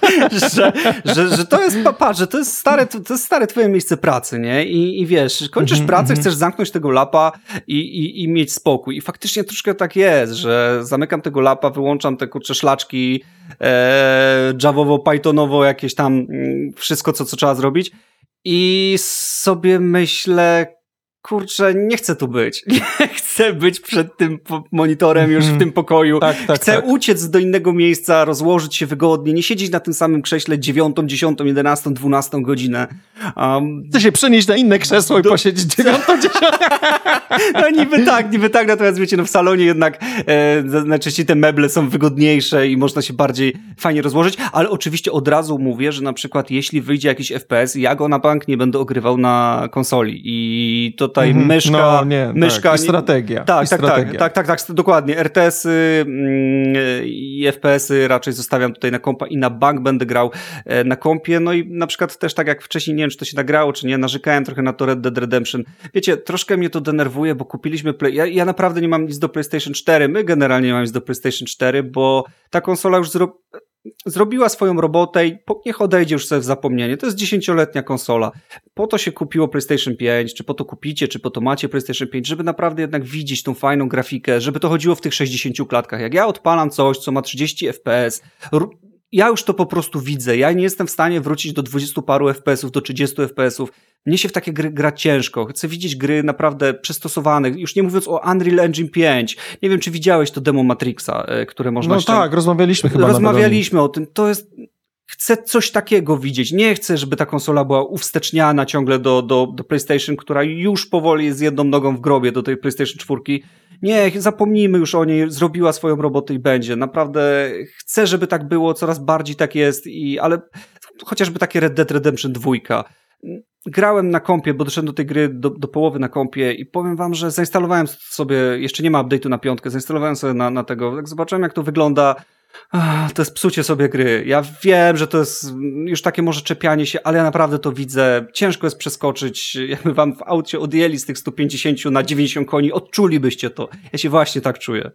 że to jest, patrz, że to jest stare twoje miejsce pracy, nie? I wiesz, kończysz pracę, chcesz zamknąć tego lapa i mieć spokój. I faktycznie troszkę tak jest, że zamykam tego lapa, wyłączam te kurcze szlaczki, javowo, pythonowo, jakieś tam wszystko, co trzeba zrobić i sobie myślę, kurczę, nie chcę tu być. Nie chcę być przed tym monitorem już w tym pokoju. Chcę uciec do innego miejsca, rozłożyć się wygodnie, nie siedzieć na tym samym krześle 9, 10, 11, 12 godzinę. Chcę się przenieść na inne krzesło i posiedzieć 9, 10. No niby tak, natomiast wiecie, no w salonie jednak najczęściej te meble są wygodniejsze i można się bardziej fajnie rozłożyć, ale oczywiście od razu mówię, że na przykład jeśli wyjdzie jakiś FPS, ja go na bank nie będę ogrywał na konsoli i tutaj myszka... I strategia. Tak, dokładnie. RTS-y i FPS-y raczej zostawiam tutaj na kompa i na bank będę grał na kompie, no i na przykład też tak jak wcześniej, nie wiem czy to się nagrało, czy nie, narzekałem trochę na to Red Dead Redemption. Wiecie, troszkę mnie to denerwuje, bo kupiliśmy ja naprawdę nie mam nic do PlayStation 4, my generalnie nie mamy nic do PlayStation 4, bo ta konsola już zrobiła swoją robotę i niech odejdzie już sobie w zapomnienie. To jest 10-letnia konsola. Po to się kupiło PlayStation 5, czy po to kupicie, czy po to macie PlayStation 5, żeby naprawdę jednak widzieć tą fajną grafikę, żeby to chodziło w tych 60 klatkach. Jak ja odpalam coś, co ma 30 FPS, ja już to po prostu widzę. Ja nie jestem w stanie wrócić do 20 paru FPS-ów, do 30 FPS-ów. Mnie się w takie gry gra ciężko. Chcę widzieć gry naprawdę przystosowane. Już nie mówiąc o Unreal Engine 5. Nie wiem, czy widziałeś to demo Matrixa, które można... No tak, rozmawialiśmy chyba. Rozmawialiśmy o tym. To jest... Chcę coś takiego widzieć. Nie chcę, żeby ta konsola była uwsteczniana ciągle do PlayStation, która już powoli jest z jedną nogą w grobie do tej PlayStation 4. Nie, zapomnijmy już o niej, zrobiła swoją robotę i będzie. Naprawdę chcę, żeby tak było, coraz bardziej tak jest, ale chociażby takie Red Dead Redemption 2. Grałem na kompie, bo doszedłem do tej gry do połowy na kompie i powiem wam, że zainstalowałem sobie, jeszcze nie ma update'u na 5, zainstalowałem sobie na tego, jak zobaczyłem jak to wygląda, to jest psucie sobie gry. Ja wiem, że to jest już takie może czepianie się, ale ja naprawdę to widzę. Ciężko jest przeskoczyć. Jakby wam w aucie odjęli z tych 150 na 90 koni, odczulibyście to. Ja się właśnie tak czuję.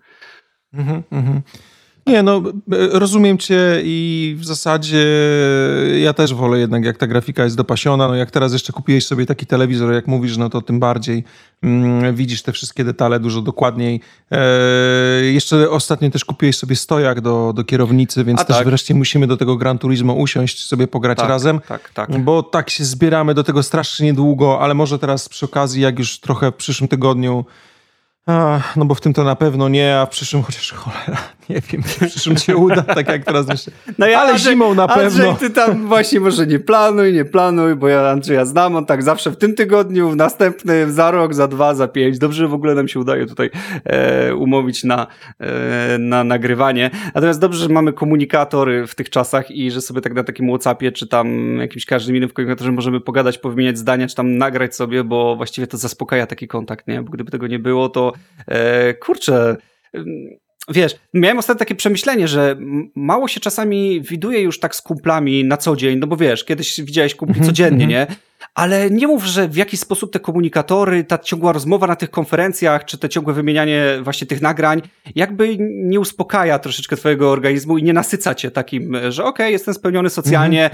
Nie, no rozumiem cię i w zasadzie ja też wolę jednak, jak ta grafika jest dopasiona. No jak teraz jeszcze kupiłeś sobie taki telewizor, jak mówisz, no to tym bardziej widzisz te wszystkie detale dużo dokładniej. Jeszcze ostatnio też kupiłeś sobie stojak do kierownicy, więc też wreszcie musimy do tego Gran Turismo usiąść, sobie pograć razem. Tak. Bo tak się zbieramy do tego strasznie długo, ale może teraz przy okazji, jak już trochę w przyszłym tygodniu, no bo w tym to na pewno nie, a w przyszłym chociaż cholera, nie wiem, w przyszłym się uda, tak jak teraz myślę. No ale zimą na pewno. Andrzej, ty tam właśnie może nie planuj, bo ja Andrzeja znam, on tak zawsze w tym tygodniu, w następnym, za rok, za 2, za 5. Dobrze, że w ogóle nam się udaje tutaj umówić na nagrywanie. Natomiast dobrze, że mamy komunikator w tych czasach i że sobie tak na takim WhatsAppie, czy tam jakimś każdym innym komunikatorze możemy pogadać, powymieniać zdania, czy tam nagrać sobie, bo właściwie to zaspokaja taki kontakt, nie? Bo gdyby tego nie było, to kurczę... Wiesz, miałem ostatnio takie przemyślenie, że mało się czasami widuje już tak z kumplami na co dzień, no bo wiesz, kiedyś widziałeś kumpli codziennie, nie? Ale nie mów, że w jakiś sposób te komunikatory, ta ciągła rozmowa na tych konferencjach, czy te ciągłe wymienianie właśnie tych nagrań, jakby nie uspokaja troszeczkę twojego organizmu i nie nasyca cię takim, że okej, jestem spełniony socjalnie,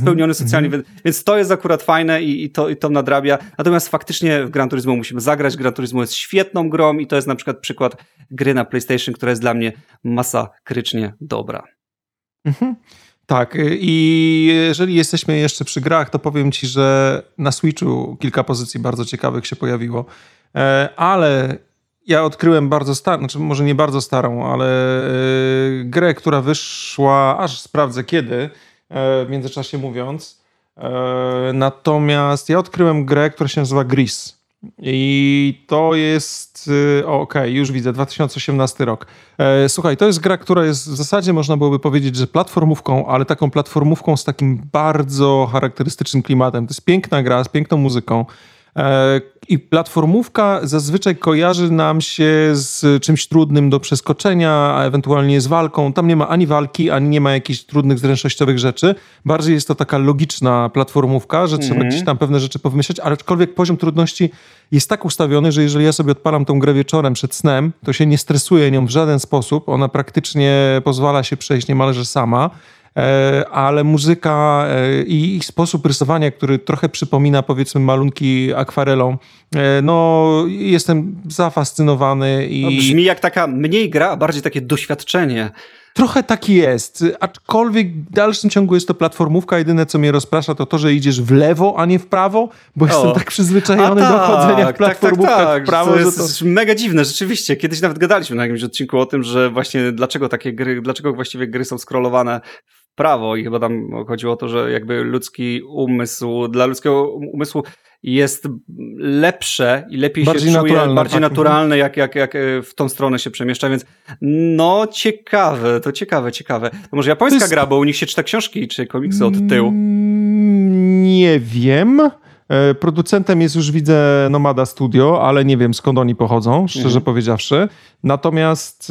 więc to jest akurat fajne i to nadrabia. Natomiast faktycznie w Gran Turismo musimy zagrać. Gran Turismo jest świetną grą i to jest na przykład przykład gry na PlayStation, która jest dla mnie masakrycznie dobra. Tak, i jeżeli jesteśmy jeszcze przy grach, to powiem ci, że na Switchu kilka pozycji bardzo ciekawych się pojawiło, ale ja odkryłem bardzo starą, znaczy może nie bardzo starą, ale grę, która wyszła, aż sprawdzę kiedy, w międzyczasie mówiąc, natomiast ja odkryłem grę, która się nazywa Gris. I to jest, już widzę, 2018 rok. Słuchaj, to jest gra, która jest w zasadzie, można byłoby powiedzieć, że platformówką, ale taką platformówką z takim bardzo charakterystycznym klimatem. To jest piękna gra, z piękną muzyką. I platformówka zazwyczaj kojarzy nam się z czymś trudnym do przeskoczenia, a ewentualnie z walką. Tam nie ma ani walki, ani nie ma jakichś trudnych zręcznościowych rzeczy. Bardziej jest to taka logiczna platformówka, że trzeba gdzieś tam pewne rzeczy powymyśleć, ale aczkolwiek poziom trudności jest tak ustawiony, że jeżeli ja sobie odpalam tą grę wieczorem przed snem, to się nie stresuję nią w żaden sposób. Ona praktycznie pozwala się przejść niemalże sama. Ale muzyka i sposób rysowania, który trochę przypomina, powiedzmy, malunki akwarelą, no jestem zafascynowany. I no, brzmi jak taka mniej gra, a bardziej takie doświadczenie. Trochę tak jest, aczkolwiek w dalszym ciągu jest to platformówka. Jedyne, co mnie rozprasza, to że idziesz w lewo, a nie w prawo, bo jestem tak przyzwyczajony do chodzenia w platformówkach w prawo. To jest mega dziwne, rzeczywiście. Kiedyś nawet gadaliśmy na jakimś odcinku o tym, że właśnie dlaczego właściwie gry są scrollowane w prawo i chyba tam chodziło o to, że jakby dla ludzkiego umysłu jest lepsze i lepiej bardziej się czuje, bardziej tak. naturalne, jak w tą stronę się przemieszcza, więc no ciekawe. To może japońska gra, bo u nich się czyta książki czy komiksy od tyłu. Nie wiem. Producentem jest, już widzę, Nomada Studio, ale nie wiem, skąd oni pochodzą, szczerze powiedziawszy. Natomiast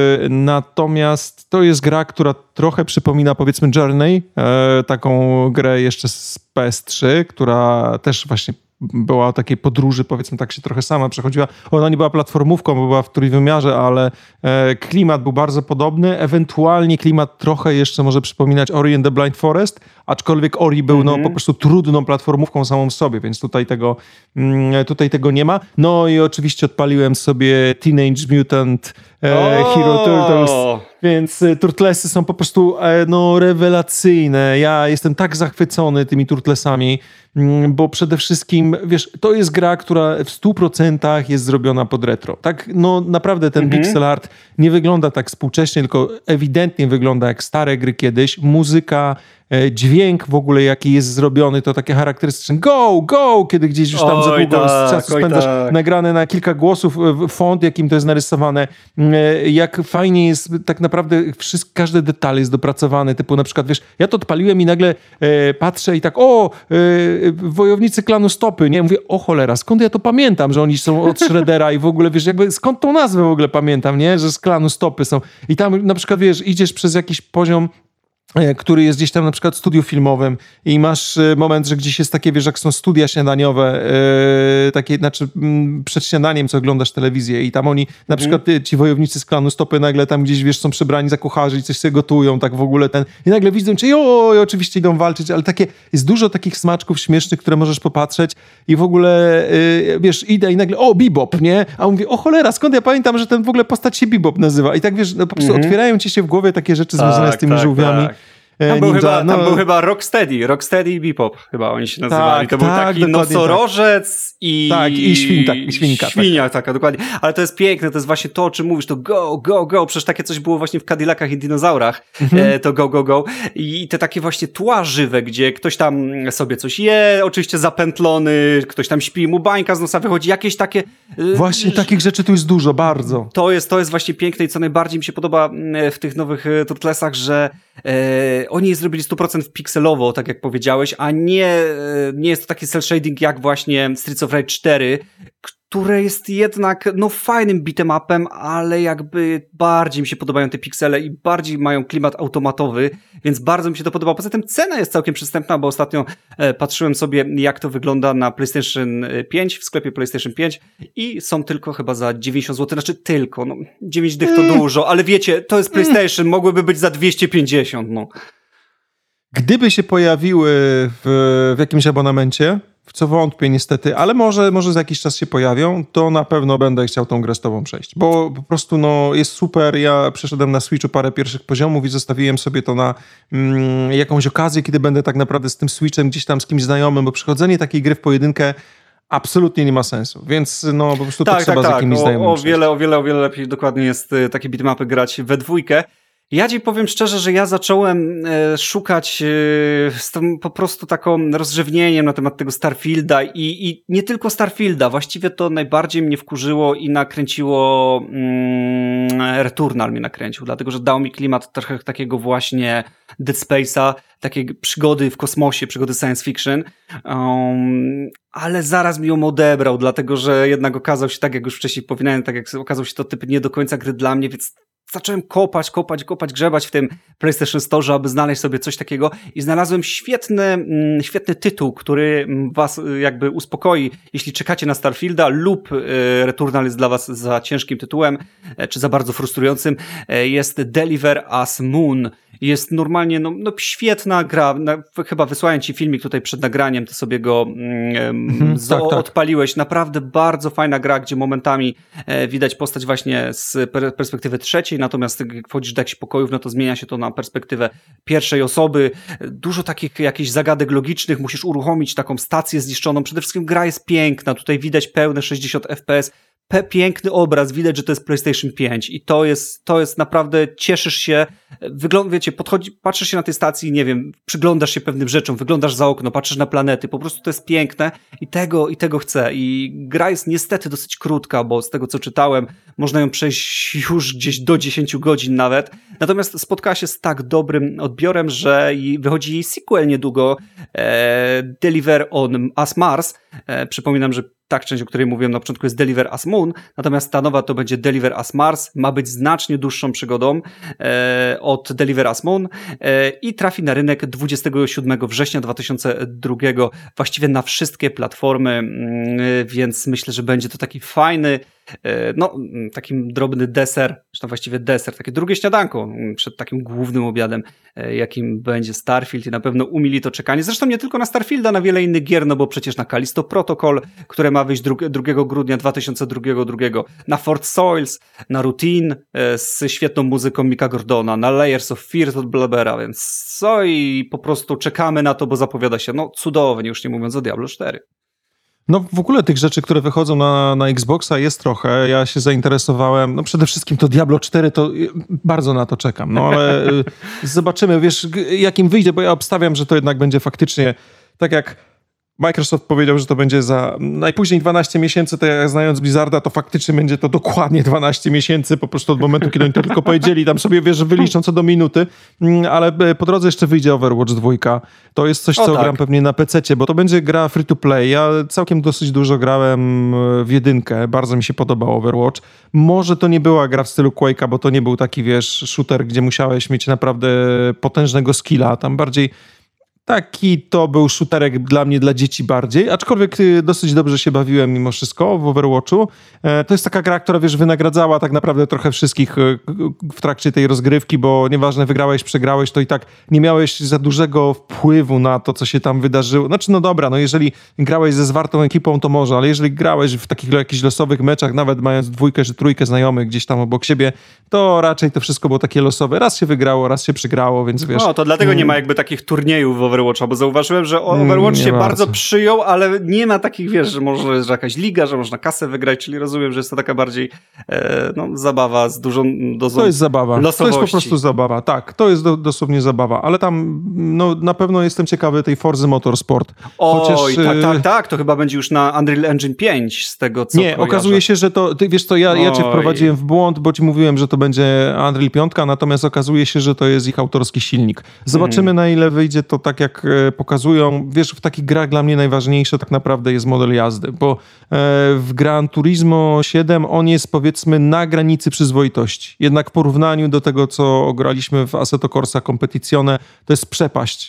to jest gra, która trochę przypomina, powiedzmy, Journey, taką grę jeszcze z PS3, która też właśnie była o takiej podróży, powiedzmy, tak się trochę sama przechodziła. Ona nie była platformówką, bo była w trójwymiarze, ale klimat był bardzo podobny. Ewentualnie klimat trochę jeszcze może przypominać Ori and the Blind Forest, aczkolwiek Ori był po prostu trudną platformówką samą w sobie, więc tutaj tego nie ma. No i oczywiście odpaliłem sobie Teenage Mutant Hero Turtles, więc Turtlesy są po prostu rewelacyjne. Ja jestem tak zachwycony tymi Turtlesami, bo przede wszystkim, wiesz, to jest gra, która w 100% jest zrobiona pod retro. Tak, no naprawdę ten pixel art nie wygląda tak współcześnie, tylko ewidentnie wygląda jak stare gry kiedyś. Muzyka, dźwięk w ogóle, jaki jest zrobiony, to takie charakterystyczne go, kiedy gdzieś już tam za długo z czasu spędzasz, nagrane na kilka głosów, font, jakim to jest narysowane, jak fajnie jest tak naprawdę każdy detal jest dopracowany, typu na przykład, wiesz, ja to odpaliłem i nagle patrzę i tak, wojownicy klanu Stopy, nie? Mówię, o cholera, skąd ja to pamiętam, że oni są od Shreddera i w ogóle, wiesz, jakby skąd tą nazwę w ogóle pamiętam, nie? Że z klanu Stopy są. I tam na przykład, wiesz, idziesz przez jakiś poziom, który jest gdzieś tam na przykład w studiu filmowym i masz moment, że gdzieś jest takie, wiesz, jak są studia śniadaniowe, takie, znaczy przed śniadaniem, co oglądasz telewizję i tam oni, na przykład ci wojownicy z klanu Stopy nagle tam gdzieś, wiesz, są przebrani za kucharzy i coś sobie gotują, tak w ogóle i nagle widzą cię, oczywiście idą walczyć, ale jest dużo takich smaczków śmiesznych, które możesz popatrzeć i w ogóle, wiesz, idę i nagle, Bebop, nie? A on mówi, o cholera, skąd ja pamiętam, że ten w ogóle postać się Bebop nazywa? I tak, wiesz, po prostu otwierają ci się w głowie takie rzeczy związane z tymi żółwiami. Tak. Tam był chyba Rocksteady i Bebop chyba oni się nazywali. To był taki nosorożec i... Tak, i świnka. Świnia taka, dokładnie. Ale to jest piękne, to jest właśnie to, o czym mówisz, to go. Przecież takie coś było właśnie w Cadillacach i dinozaurach. To go. I te takie właśnie tła żywe, gdzie ktoś tam sobie coś je, oczywiście zapętlony, ktoś tam śpi, mu bańka z nosa wychodzi, jakieś takie... Właśnie takich rzeczy tu jest dużo, bardzo. To jest właśnie piękne i co najbardziej mi się podoba w tych nowych Turtlesach, że oni je zrobili 100% pikselowo, tak jak powiedziałeś, a nie jest to taki cel shading jak właśnie Streets of Rage 4, które jest jednak fajnym beat'em upem, ale jakby bardziej mi się podobają te piksele i bardziej mają klimat automatowy, więc bardzo mi się to podoba. Poza tym cena jest całkiem przystępna, bo ostatnio patrzyłem sobie, jak to wygląda na PlayStation 5, w sklepie PlayStation 5 i są tylko chyba za 90 zł, znaczy tylko, 9 dych to dużo, ale wiecie, to jest PlayStation, mogłyby być za 250, Gdyby się pojawiły w jakimś abonamencie, w co wątpię niestety, ale może za jakiś czas się pojawią, to na pewno będę chciał tą grę z tobą przejść, bo po prostu jest super. Ja przeszedłem na Switchu parę pierwszych poziomów i zostawiłem sobie to na jakąś okazję, kiedy będę tak naprawdę z tym Switchem gdzieś tam z kimś znajomym, bo przychodzenie takiej gry w pojedynkę absolutnie nie ma sensu, więc po prostu to trzeba z jakimiś znajomymi o wiele lepiej dokładnie jest takie beatmapy grać we dwójkę. Ja ci powiem szczerze, że ja zacząłem szukać z tą po prostu taką rozrzewnieniem na temat tego Starfielda i nie tylko Starfielda, właściwie to najbardziej mnie wkurzyło i nakręciło Returnal mnie nakręcił, dlatego że dał mi klimat trochę takiego właśnie Dead Space'a, takiej przygody w kosmosie, przygody science fiction, ale zaraz mi ją odebrał, dlatego że jednak okazał się, tak jak już wcześniej powiedziałem, tak jak okazał się to typ nie do końca gry dla mnie, więc zacząłem kopać, grzebać w tym PlayStation Store, aby znaleźć sobie coś takiego i znalazłem świetny tytuł, który was jakby uspokoi, jeśli czekacie na Starfielda lub Returnal jest dla was za ciężkim tytułem, czy za bardzo frustrującym. Jest Deliver Us Moon. Jest normalnie świetna gra. Chyba wysłałem ci filmik tutaj przed nagraniem, ty sobie go odpaliłeś. Naprawdę bardzo fajna gra, gdzie momentami widać postać właśnie z perspektywy trzeciej, natomiast jak wchodzisz do jakichś pokojów, to zmienia się to na perspektywę pierwszej osoby. Dużo takich jakichś zagadek logicznych, musisz uruchomić taką stację zniszczoną. Przede wszystkim gra jest piękna, tutaj widać pełne 60 FPS, piękny obraz, widać, że to jest PlayStation 5 i to jest naprawdę, cieszysz się, wiecie, patrzysz się na tej stacji, nie wiem, przyglądasz się pewnym rzeczom, wyglądasz za okno, patrzysz na planety, po prostu to jest piękne i tego chcę i gra jest niestety dosyć krótka, bo z tego co czytałem, można ją przejść już gdzieś do 10 godzin nawet, natomiast spotkała się z tak dobrym odbiorem, że wychodzi jej sequel niedługo, Deliver Us Mars, przypominam, że tak, część, o której mówiłem na początku jest Deliver Us Moon, natomiast ta nowa to będzie Deliver Us Mars, ma być znacznie dłuższą przygodą od Deliver Us Moon i trafi na rynek 27 września 2002, właściwie na wszystkie platformy, więc myślę, że będzie to taki fajny, takim drobny deser, czy to właściwie deser, takie drugie śniadanko przed takim głównym obiadem, jakim będzie Starfield i na pewno umili to czekanie. Zresztą nie tylko na Starfielda, na wiele innych gier, bo przecież na Callisto Protocol, które ma wyjść 2 grudnia 2002, na Fort Soils, na Routine z świetną muzyką Micka Gordona, na Layers of Fear od Blabera, więc i po prostu czekamy na to, bo zapowiada się cudownie, już nie mówiąc o Diablo 4. W ogóle tych rzeczy, które wychodzą na Xboxa jest trochę. Ja się zainteresowałem, przede wszystkim to Diablo 4, to bardzo na to czekam, ale zobaczymy, wiesz, jakim wyjdzie, bo ja obstawiam, że to jednak będzie faktycznie, tak jak Microsoft powiedział, że to będzie za najpóźniej 12 miesięcy, to ja znając Blizzarda, to faktycznie będzie to dokładnie 12 miesięcy, po prostu od momentu, kiedy oni to tylko powiedzieli, tam sobie, wiesz, wyliczą co do minuty, ale po drodze jeszcze wyjdzie Overwatch 2. To jest coś, co gram pewnie na PC-cie, bo to będzie gra free to play. Ja całkiem dosyć dużo grałem w 1, bardzo mi się podobał Overwatch. Może to nie była gra w stylu Quake'a, bo to nie był taki, wiesz, shooter, gdzie musiałeś mieć naprawdę potężnego skilla, tam bardziej Taki to był shooterek dla mnie, dla dzieci bardziej, aczkolwiek dosyć dobrze się bawiłem mimo wszystko w Overwatchu. To jest taka gra, która wiesz, wynagradzała tak naprawdę trochę wszystkich w trakcie tej rozgrywki, bo nieważne wygrałeś, przegrałeś, to i tak nie miałeś za dużego wpływu na to, co się tam wydarzyło. Znaczy no dobra, no jeżeli grałeś ze zwartą ekipą, to może, ale jeżeli grałeś w takich jakichś losowych meczach, nawet mając 2 czy 3 znajomych gdzieś tam obok siebie, to raczej to wszystko było takie losowe. Raz się wygrało, raz się przegrało, więc wiesz... No, to dlatego nie ma jakby takich turniejów w Overwatcha, bo zauważyłem, że Overwatch się bardzo przyjął, ale nie ma takich, wiesz, że może że jakaś liga, że można kasę wygrać, czyli rozumiem, że jest to taka bardziej zabawa z dużą dozą To jest zabawa. losowości. To jest po prostu zabawa. Tak, to jest dosłownie zabawa, ale tam no, na pewno jestem ciekawy tej Forzy Motorsport. Oj, tak, to chyba będzie już na Unreal Engine 5 z tego, co Nie, kojarzę. okazuje się, że to, ty wiesz co, ja cię wprowadziłem w błąd, bo ci mówiłem, że to będzie Unreal 5, natomiast okazuje się, że to jest ich autorski silnik. Zobaczymy, na ile wyjdzie to tak, jak pokazują. Wiesz, w takich grach dla mnie najważniejsze tak naprawdę jest model jazdy, bo w Gran Turismo 7 on jest powiedzmy na granicy przyzwoitości. Jednak w porównaniu do tego, co graliśmy w Assetto Corsa Competizione, to jest przepaść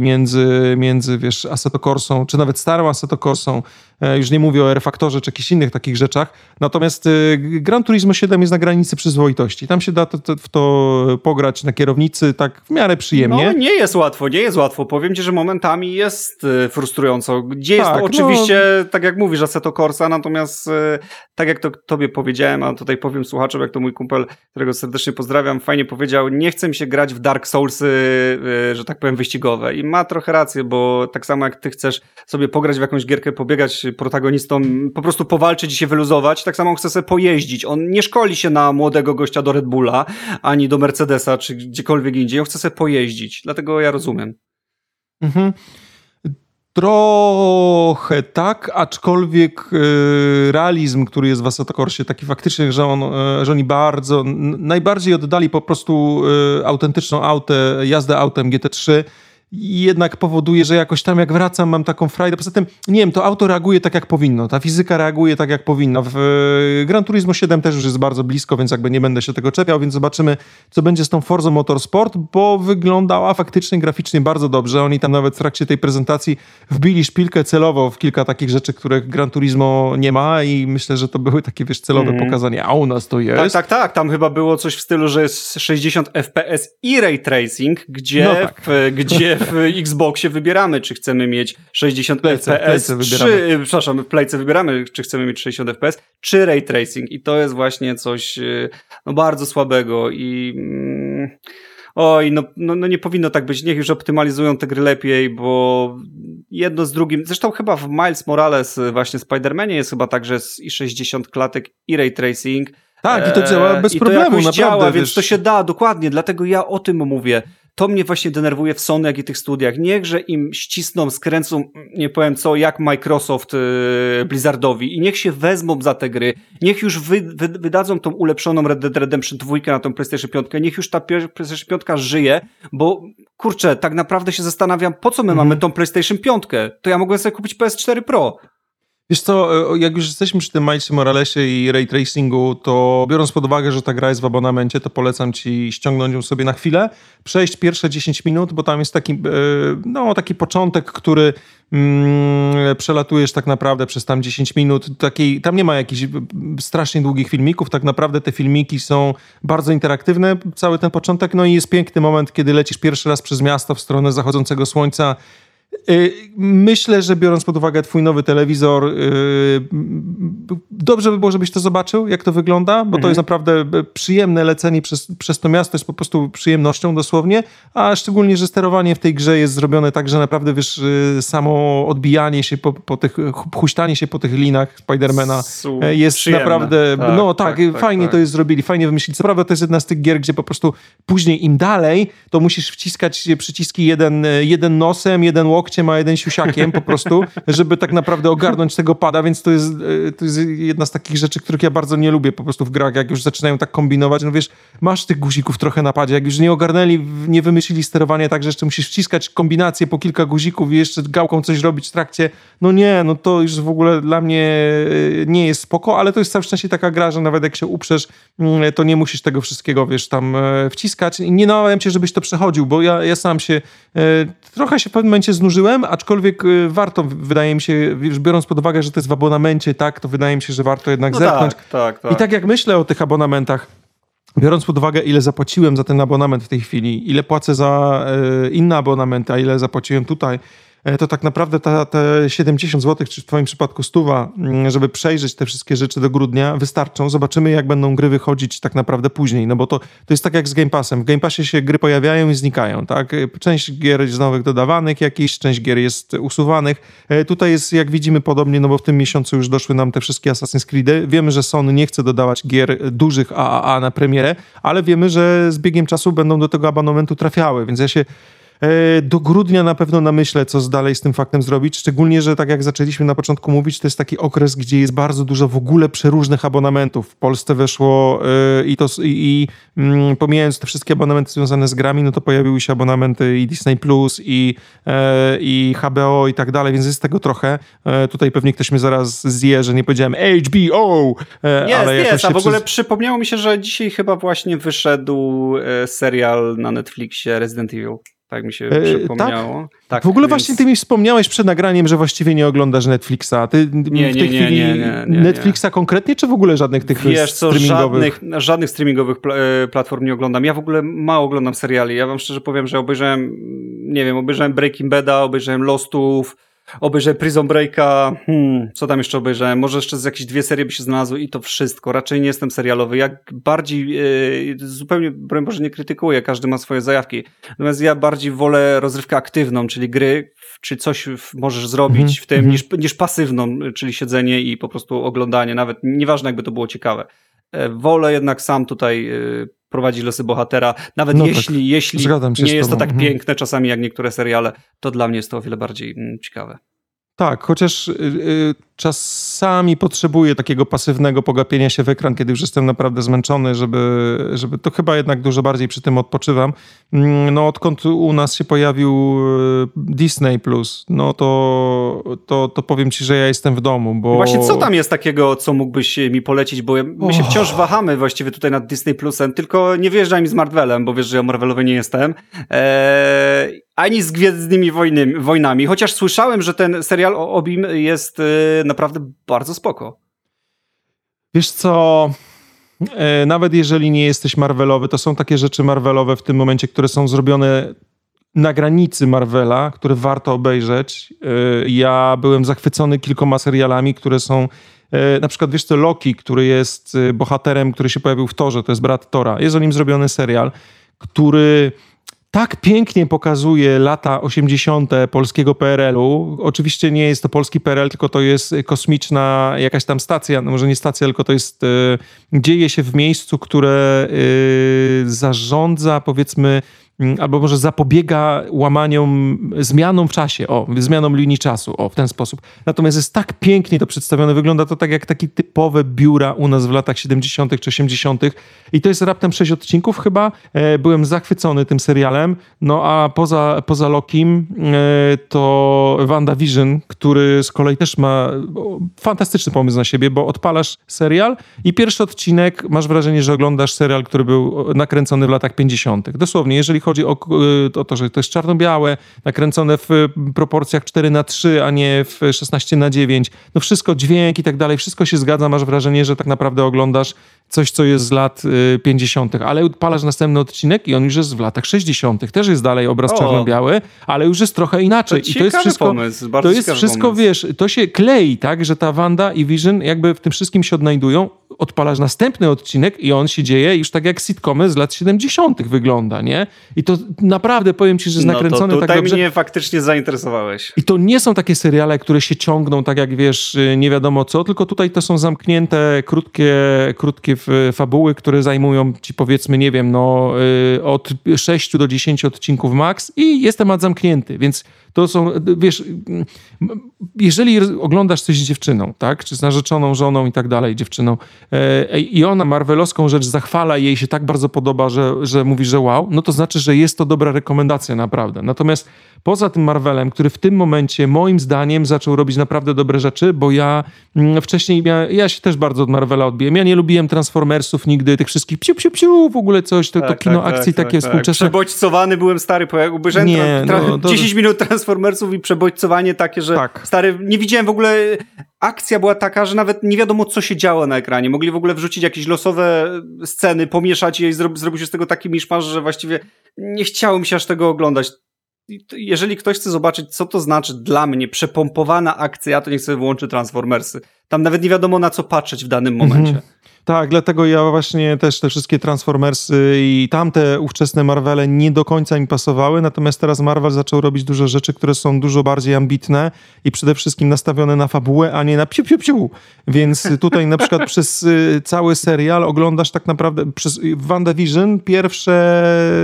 między wiesz, Assetto Corsą, czy nawet starą Assetto Corsą. Już nie mówię o R-Factorze czy jakichś innych takich rzeczach. Natomiast Gran Turismo 7 jest na granicy przyzwoitości. Tam się da w to pograć na kierownicy tak w miarę przyjemnie. No nie jest łatwo. Powiem ci, że momentami jest frustrująco. Gdzie jest to oczywiście, tak jak mówisz, Assetto Corsa, natomiast tak jak to tobie powiedziałem, a tutaj powiem słuchaczom, jak to mój kumpel, którego serdecznie pozdrawiam, fajnie powiedział, nie chce mi się grać w Dark Soulsy, że tak powiem, wyścigowe. I ma trochę rację, bo tak samo jak ty chcesz sobie pograć w jakąś gierkę, pobiegać protagonistą, po prostu powalczyć i się wyluzować, tak samo on chce sobie pojeździć. On nie szkoli się na młodego gościa do Red Bulla, ani do Mercedesa, czy gdziekolwiek indziej. On chce sobie pojeździć. Dlatego ja rozumiem. Mhm. Trochę tak, aczkolwiek realizm, który jest w Assetto Corsie, taki faktycznie, że oni najbardziej oddali po prostu autentyczną jazdę autem GT3 i jednak powoduje, że jakoś tam jak wracam, mam taką frajdę. Poza tym, nie wiem, to auto reaguje tak, jak powinno. Ta fizyka reaguje tak, jak powinna. W Gran Turismo 7 też już jest bardzo blisko, więc jakby nie będę się tego czepiał, więc zobaczymy, co będzie z tą Forzą Motorsport, bo wyglądała faktycznie graficznie bardzo dobrze. Oni tam nawet w trakcie tej prezentacji wbili szpilkę celowo w kilka takich rzeczy, których Gran Turismo nie ma i myślę, że to były takie, wiesz, celowe pokazanie, a u nas to jest. Tak. Tam chyba było coś w stylu, że jest 60 FPS i Ray Tracing, gdzie w Xboxie wybieramy, czy chcemy mieć 60 FPS, w Playce wybieramy, czy chcemy mieć 60 FPS, czy Ray Tracing. I to jest właśnie coś bardzo słabego i nie powinno tak być. Niech już optymalizują te gry lepiej, bo jedno z drugim, zresztą chyba w Miles Morales, właśnie Spider-Manie jest chyba tak, że jest i 60 klatek i Ray Tracing. Tak, i to działa bez problemu, to naprawdę. Działa, więc to się da, dokładnie, dlatego ja o tym mówię. To mnie właśnie denerwuje w Sony, jak i tych studiach. Niechże im ścisną, skręcą, nie powiem co, jak Microsoft Blizzardowi i niech się wezmą za te gry. Niech już wydadzą tą ulepszoną Red Dead Redemption 2 na tą PlayStation 5. Niech już ta PlayStation 5 żyje, bo kurczę, tak naprawdę się zastanawiam, po co my mamy tą PlayStation 5? To ja mogłem sobie kupić PS4 Pro. Wiesz co, jak już jesteśmy przy tym Milesie Moralesie i Ray Tracingu, to biorąc pod uwagę, że ta gra jest w abonamencie, to polecam ci ściągnąć ją sobie na chwilę, przejść pierwsze 10 minut, bo tam jest taki początek, który przelatujesz tak naprawdę przez tam 10 minut. Tam nie ma jakichś strasznie długich filmików, tak naprawdę te filmiki są bardzo interaktywne, cały ten początek, no i jest piękny moment, kiedy lecisz pierwszy raz przez miasto w stronę zachodzącego słońca. Myślę, że biorąc pod uwagę twój nowy telewizor, dobrze by było, żebyś to zobaczył, jak to wygląda, bo to jest naprawdę przyjemne lecenie przez to miasto, jest po prostu przyjemnością dosłownie, a szczególnie, że sterowanie w tej grze jest zrobione tak, że naprawdę wiesz, samo odbijanie się huśtanie się po tych linach Spidermana jest przyjemne. Naprawdę, fajnie to jest zrobili, fajnie wymyślili. Co prawda to jest jedna z tych gier, gdzie po prostu później im dalej, to musisz wciskać przyciski jeden nosem, jeden łokciem, łokciem, a jeden siusiakiem po prostu, żeby tak naprawdę ogarnąć tego pada, więc to jest jedna z takich rzeczy, których ja bardzo nie lubię po prostu w grach, jak już zaczynają tak kombinować, no wiesz, masz tych guzików trochę na padzie, jak już nie ogarnęli, nie wymyślili sterowania tak, że jeszcze musisz wciskać kombinacje po kilka guzików i jeszcze gałką coś robić w trakcie, no nie, no to już w ogóle dla mnie nie jest spoko, ale to jest cały szczęście taka gra, że nawet jak się uprzesz, to nie musisz tego wszystkiego, wiesz, tam wciskać. Nie namawiam cię, żebyś to przechodził, bo ja sam się trochę się w pewnym momencie znużyłem, aczkolwiek warto, wydaje mi się, już biorąc pod uwagę, że to jest w abonamencie, tak, to wydaje mi się, że warto jednak zerknąć. Tak. I tak jak myślę o tych abonamentach, biorąc pod uwagę, ile zapłaciłem za ten abonament w tej chwili, ile płacę za inne abonamenty, a ile zapłaciłem tutaj, to tak naprawdę te 70 zł, czy w twoim przypadku 100, żeby przejrzeć te wszystkie rzeczy do grudnia, wystarczą. Zobaczymy, jak będą gry wychodzić tak naprawdę później, no bo to jest tak jak z Game Passem. W Game Passie się gry pojawiają i znikają, tak? Część gier jest nowych dodawanych jakiś, część gier jest usuwanych. Tutaj jest, jak widzimy, podobnie, no bo w tym miesiącu już doszły nam te wszystkie Assassin's Creedy. Wiemy, że Sony nie chce dodawać gier dużych AAA na premierę, ale wiemy, że z biegiem czasu będą do tego abonamentu trafiały, więc ja się do grudnia na pewno namyślę, co dalej z tym faktem zrobić, szczególnie, że tak jak zaczęliśmy na początku mówić, to jest taki okres, gdzie jest bardzo dużo w ogóle przeróżnych abonamentów. W Polsce weszło pomijając te wszystkie abonamenty związane z grami, no to pojawiły się abonamenty i Disney Plus, i HBO i tak dalej, więc jest tego trochę. Tutaj pewnie ktoś mnie zaraz zje, że nie powiedziałem HBO, Jest, a w ogóle przypomniało mi się, że dzisiaj chyba właśnie wyszedł serial na Netflixie Resident Evil. Tak mi się przypomniało. Tak, w ogóle właśnie ty mi wspomniałeś przed nagraniem, że właściwie nie oglądasz Netflixa. Ty w tej chwili Netflixa konkretnie, czy w ogóle żadnych tych streamingowych? Żadnych streamingowych platform nie oglądam. Ja w ogóle mało oglądam seriali. Ja wam szczerze powiem, że obejrzałem Breaking Bada, obejrzałem Lostów, obejrzałem Prison Breaka, co tam jeszcze obejrzałem? Może jeszcze z jakieś 2 serie by się znalazły i to wszystko. Raczej nie jestem serialowy. Ja bardziej, zupełnie, broń Boże, nie krytykuję, każdy ma swoje zajawki. Natomiast ja bardziej wolę rozrywkę aktywną, czyli gry, czy coś możesz zrobić w tym, niż pasywną, czyli siedzenie i po prostu oglądanie, nawet nieważne jakby to było ciekawe. Wolę jednak sam tutaj prowadzić losy bohatera, nawet jeśli nie jest to tak piękne czasami jak niektóre seriale, to dla mnie jest to o wiele bardziej ciekawe. Tak, chociaż czasami potrzebuję takiego pasywnego pogapienia się w ekran, kiedy już jestem naprawdę zmęczony, żeby to chyba jednak dużo bardziej przy tym odpoczywam. No odkąd u nas się pojawił Disney Plus, no to powiem ci, że ja jestem w domu, bo... Właśnie co tam jest takiego, co mógłbyś mi polecić, bo my się wciąż wahamy właściwie tutaj nad Disney Plusem, tylko nie wjeżdżaj mi z Marvelem, bo wiesz, że ja Marvelowy nie jestem. Ani z Gwiezdnymi Wojnami, chociaż słyszałem, że ten serial o Obim jest naprawdę bardzo spoko. Wiesz co, nawet jeżeli nie jesteś Marvelowy, to są takie rzeczy Marvelowe w tym momencie, które są zrobione na granicy Marvela, które warto obejrzeć. Ja byłem zachwycony kilkoma serialami, które są na przykład, wiesz co, Loki, który jest bohaterem, który się pojawił w Torze, to jest brat Tora. Jest o nim zrobiony serial, który tak pięknie pokazuje lata 80. polskiego PRL-u. Oczywiście nie jest to polski PRL, tylko to jest kosmiczna jakaś tam stacja, no może nie stacja, tylko to jest, dzieje się w miejscu, które zarządza, powiedzmy, albo może zapobiega zmianom w czasie, zmianom linii czasu, w ten sposób. Natomiast jest tak pięknie to przedstawione, wygląda to tak jak takie typowe biura u nas w latach 70. czy 80. I to jest raptem 6 odcinków chyba. Byłem zachwycony tym serialem. No a poza Lokim to WandaVision, który z kolei też ma fantastyczny pomysł na siebie, bo odpalasz serial i pierwszy odcinek masz wrażenie, że oglądasz serial, który był nakręcony w latach 50. Dosłownie, jeżeli chodzi o to, że to jest czarno-białe, nakręcone w proporcjach 4:3, a nie w 16:9. No wszystko, dźwięk i tak dalej, wszystko się zgadza. Masz wrażenie, że tak naprawdę oglądasz coś, co jest z lat 50., ale odpalasz następny odcinek i on już jest w latach 60. Też jest dalej obraz czarno-biały, ale już jest trochę inaczej. I to jest wszystko, pomysł, to jest wszystko, wiesz, to się klei, tak, że ta Wanda i Vision jakby w tym wszystkim się odnajdują. Odpalasz następny odcinek i on się dzieje już tak jak sitcomy z lat 70. wygląda, nie? I to naprawdę, powiem ci, że jest nakręcony tak dobrze. No to tutaj mnie faktycznie zainteresowałeś. I to nie są takie seriale, które się ciągną tak jak, wiesz, nie wiadomo co, tylko tutaj to są zamknięte, krótkie fabuły, które zajmują ci, powiedzmy, nie wiem, no od 6 do 10 odcinków max i jest temat zamknięty, więc To są, wiesz, jeżeli oglądasz coś z dziewczyną, tak, czy z narzeczoną, żoną i tak dalej, dziewczyną, i ona marvelowską rzecz zachwala i jej się tak bardzo podoba, że mówi, że wow, no to znaczy, że jest to dobra rekomendacja naprawdę. Natomiast poza tym Marvelem, który w tym momencie moim zdaniem zaczął robić naprawdę dobre rzeczy, bo ja wcześniej, ja się też bardzo od Marvela odbiłem. Ja nie lubiłem Transformersów nigdy, tych wszystkich psiu, psiu, psiu, w ogóle coś, to kino akcji takie współczesne. Przebodźcowany byłem stary, obejrzałem 10 minut Transformersów i przebodźcowanie takie, że stary, nie widziałem w ogóle, akcja była taka, że nawet nie wiadomo, co się działo na ekranie. Mogli w ogóle wrzucić jakieś losowe sceny, pomieszać je i zrobić się z tego taki miszmasz, że właściwie nie chciało mi się aż tego oglądać. Jeżeli ktoś chce zobaczyć, co to znaczy dla mnie przepompowana akcja, to niech sobie włączy Transformersy. Tam nawet nie wiadomo, na co patrzeć w danym momencie. Tak, dlatego ja właśnie też te wszystkie Transformersy i tamte ówczesne Marvele nie do końca mi pasowały, natomiast teraz Marvel zaczął robić dużo rzeczy, które są dużo bardziej ambitne i przede wszystkim nastawione na fabułę, a nie na piu, piu, piu. Więc tutaj na przykład przez cały serial oglądasz tak naprawdę przez WandaVision pierwsze,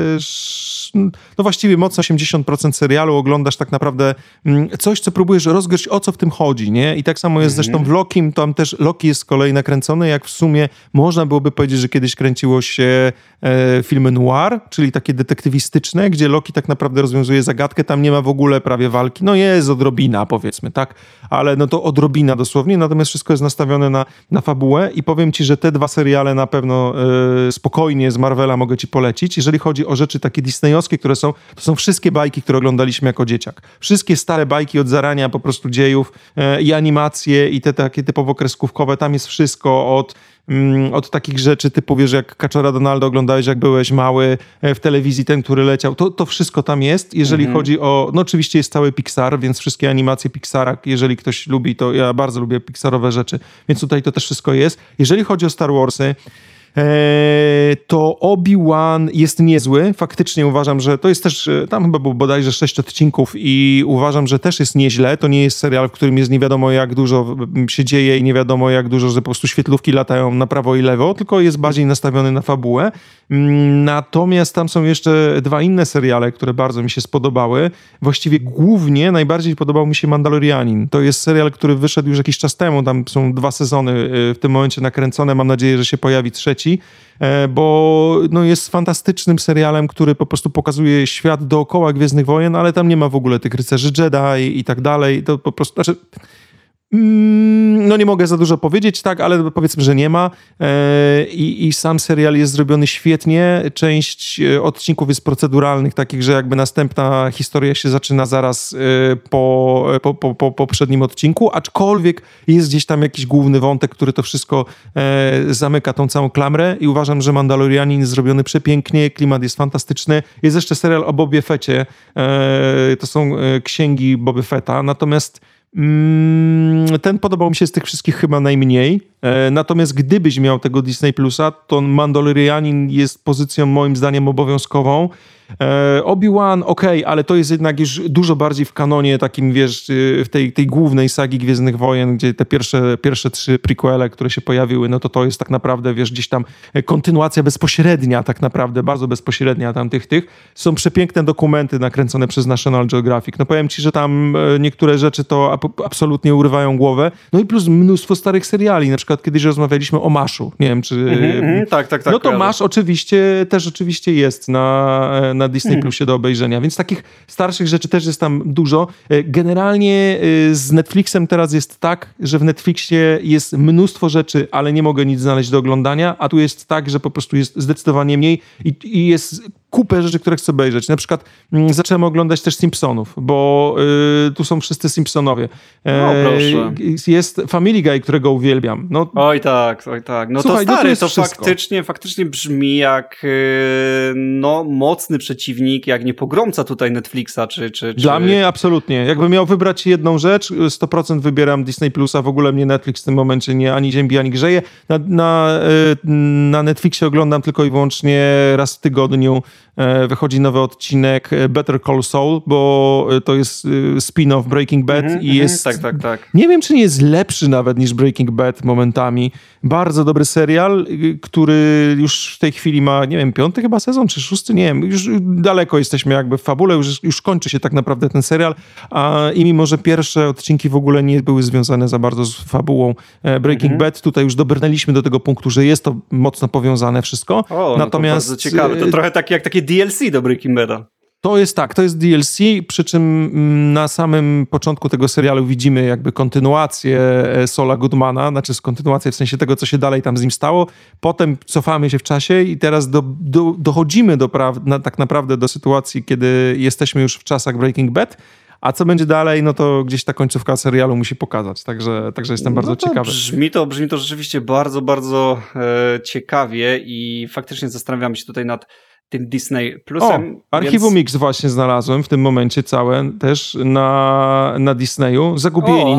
no właściwie mocno 80% serialu oglądasz tak naprawdę coś, co próbujesz rozgryźć, o co w tym chodzi, nie? I tak samo jest zresztą w Lokim, tam też Loki jest z kolei nakręcony, jak w sumie można byłoby powiedzieć, że kiedyś kręciło się filmy noir, czyli takie detektywistyczne, gdzie Loki tak naprawdę rozwiązuje zagadkę, tam nie ma w ogóle prawie walki, no jest odrobina powiedzmy, tak? Ale no to odrobina dosłownie, natomiast wszystko jest nastawione na fabułę i powiem ci, że te dwa seriale na pewno spokojnie z Marvela mogę ci polecić. Jeżeli chodzi o rzeczy takie disneyowskie, które są, to są wszystkie bajki, które oglądaliśmy jako dzieciak. Wszystkie stare bajki od zarania po prostu dziejów i animacje i te takie typowo kreskówkowe, tam jest wszystko od takich rzeczy typu, wiesz, jak Kaczora Donalda oglądałeś, jak byłeś mały w telewizji, ten, który leciał, to wszystko tam jest. Jeżeli chodzi o, no oczywiście jest cały Pixar, więc wszystkie animacje Pixara, jeżeli ktoś lubi, to ja bardzo lubię Pixarowe rzeczy, więc tutaj to też wszystko jest. Jeżeli chodzi o Star Warsy, to Obi-Wan jest niezły. Faktycznie uważam, że to jest też, tam chyba było bodajże 6 odcinków i uważam, że też jest nieźle. To nie jest serial, w którym jest nie wiadomo jak dużo się dzieje i nie wiadomo jak dużo, że po prostu świetlówki latają na prawo i lewo, tylko jest bardziej nastawiony na fabułę. Natomiast tam są jeszcze dwa inne seriale, które bardzo mi się spodobały. Właściwie głównie najbardziej podobał mi się Mandalorianin. To jest serial, który wyszedł już jakiś czas temu. Tam są 2 sezony w tym momencie nakręcone. Mam nadzieję, że się pojawi 3. Bo no, jest fantastycznym serialem, który po prostu pokazuje świat dookoła Gwiezdnych Wojen, ale tam nie ma w ogóle tych rycerzy Jedi i tak dalej. To po prostu, znaczy, no nie mogę za dużo powiedzieć, tak, ale powiedzmy, że nie ma. I sam serial jest zrobiony świetnie. Część odcinków jest proceduralnych, takich, że jakby następna historia się zaczyna zaraz po poprzednim odcinku, aczkolwiek jest gdzieś tam jakiś główny wątek, który to wszystko zamyka tą całą klamrę i uważam, że Mandalorianin jest zrobiony przepięknie, klimat jest fantastyczny. Jest jeszcze serial o Bobie Fetcie. To są księgi Boby Fetta, natomiast ten podobał mi się z tych wszystkich chyba najmniej. Natomiast gdybyś miał tego Disney Plusa, to Mandalorianin jest pozycją moim zdaniem obowiązkową. Obi-Wan, okej, ale to jest jednak już dużo bardziej w kanonie takim, wiesz, w tej głównej sagi Gwiezdnych Wojen, gdzie te pierwsze 3 prequele, które się pojawiły, no to jest tak naprawdę, wiesz, gdzieś tam kontynuacja bezpośrednia, tak naprawdę, bardzo bezpośrednia tamtych. Są przepiękne dokumenty nakręcone przez National Geographic. No powiem ci, że tam niektóre rzeczy to absolutnie urywają głowę. No i plus mnóstwo starych seriali, na przykład kiedyś rozmawialiśmy o Maszu, nie wiem, czy... Tak. No to Masz oczywiście jest na Disney Plusie do obejrzenia, więc takich starszych rzeczy też jest tam dużo. Generalnie z Netflixem teraz jest tak, że w Netflixie jest mnóstwo rzeczy, ale nie mogę nic znaleźć do oglądania, a tu jest tak, że po prostu jest zdecydowanie mniej i jest kupę rzeczy, które chcę obejrzeć. Na przykład zacząłem oglądać też Simpsonów, bo tu są wszyscy Simpsonowie. Proszę. Jest Family Guy, którego uwielbiam. No, Oj tak. No słuchaj, to stary, to faktycznie brzmi jak mocny przeciwnik, jak nie pogromca tutaj Netflixa, czy... Dla mnie absolutnie. Jakbym miał wybrać jedną rzecz, 100% wybieram Disney Plusa. W ogóle mnie Netflix w tym momencie nie ani ziębi, ani grzeje. Na Netflixie oglądam tylko i wyłącznie raz w tygodniu wychodzi nowy odcinek Better Call Saul, bo to jest spin-off Breaking Bad i jest... Tak. Nie wiem, czy nie jest lepszy nawet niż Breaking Bad momentami. Bardzo dobry serial, który już w tej chwili ma, nie wiem, 5. chyba sezon, czy 6, nie wiem. Już daleko jesteśmy jakby w fabule, już kończy się tak naprawdę ten serial, i mimo, że pierwsze odcinki w ogóle nie były związane za bardzo z fabułą Breaking Bad, tutaj już dobrnęliśmy do tego punktu, że jest to mocno powiązane wszystko. Natomiast to bardzo ciekawe. To trochę jak takie DLC do Breaking Bada. To jest DLC, przy czym na samym początku tego serialu widzimy jakby kontynuację Saula Goodmana, znaczy kontynuację w sensie tego, co się dalej tam z nim stało. Potem cofamy się w czasie i teraz dochodzimy tak naprawdę do sytuacji, kiedy jesteśmy już w czasach Breaking Bad, a co będzie dalej, no to gdzieś ta końcówka serialu musi pokazać, także jestem bardzo ciekawy. Brzmi to rzeczywiście bardzo, bardzo ciekawie i faktycznie zastanawiamy się tutaj nad tym Disney Plusem. Archiwum Mix właśnie znalazłem w tym momencie całe też na Disneyu. Zagubieni.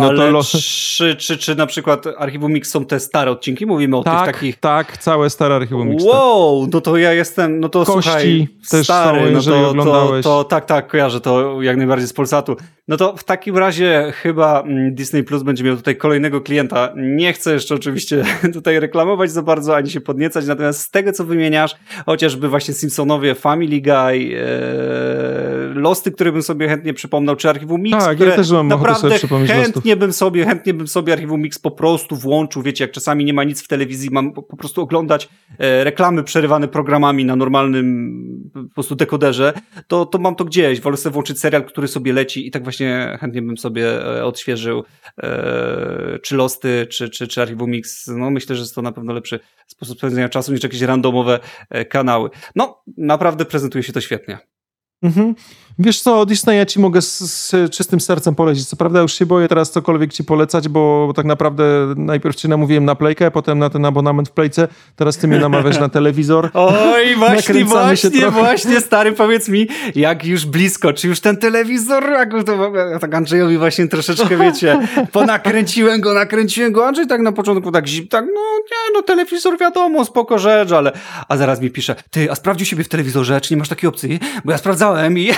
Czy na przykład Archiwum Mix są te stare odcinki? Mówimy o tych takich... Tak, całe stare Archiwum Mix. Wow, no to ja jestem, no to Kości słuchaj, też stary, są, jeżeli oglądałeś. Tak, kojarzę to jak najbardziej z Polsatu. No to w takim razie chyba Disney Plus będzie miał tutaj kolejnego klienta. Nie chcę jeszcze oczywiście tutaj reklamować za bardzo, ani się podniecać, natomiast z tego, co wymieniasz, chociażby właśnie Simpsonowie, Family Guy, Losty, które bym sobie chętnie przypomniał, czy Archiwum Mix, które ja też mam ochotę sobie przypomnieć chętnie bym sobie Archiwum Mix po prostu włączył, wiecie, jak czasami nie ma nic w telewizji, mam po prostu oglądać reklamy przerywane programami na normalnym po prostu dekoderze, to mam to gdzieś, wolę sobie włączyć serial, który sobie leci i tak właśnie chętnie bym sobie odświeżył czy Losty, czy Archiwum Mix. No myślę, że jest to na pewno lepszy sposób spędzenia czasu niż jakieś randomowe kanały. No, naprawdę prezentuje się to świetnie. Wiesz co, Disney ja ci mogę z czystym sercem polecić. Co prawda już się boję teraz cokolwiek ci polecać, bo tak naprawdę najpierw cię namówiłem na Playkę, potem na ten abonament w Playce, teraz ty mnie namawiasz na telewizor. Oj, właśnie, stary, powiedz mi, jak już blisko, czy już ten telewizor, tak Andrzejowi właśnie troszeczkę, wiecie, nakręciłem go, Andrzej tak na początku telewizor wiadomo, spoko rzecz, a zaraz mi pisze, ty, a sprawdził siebie w telewizorze, czy nie masz takiej opcji? Bo ja sprawdzałem i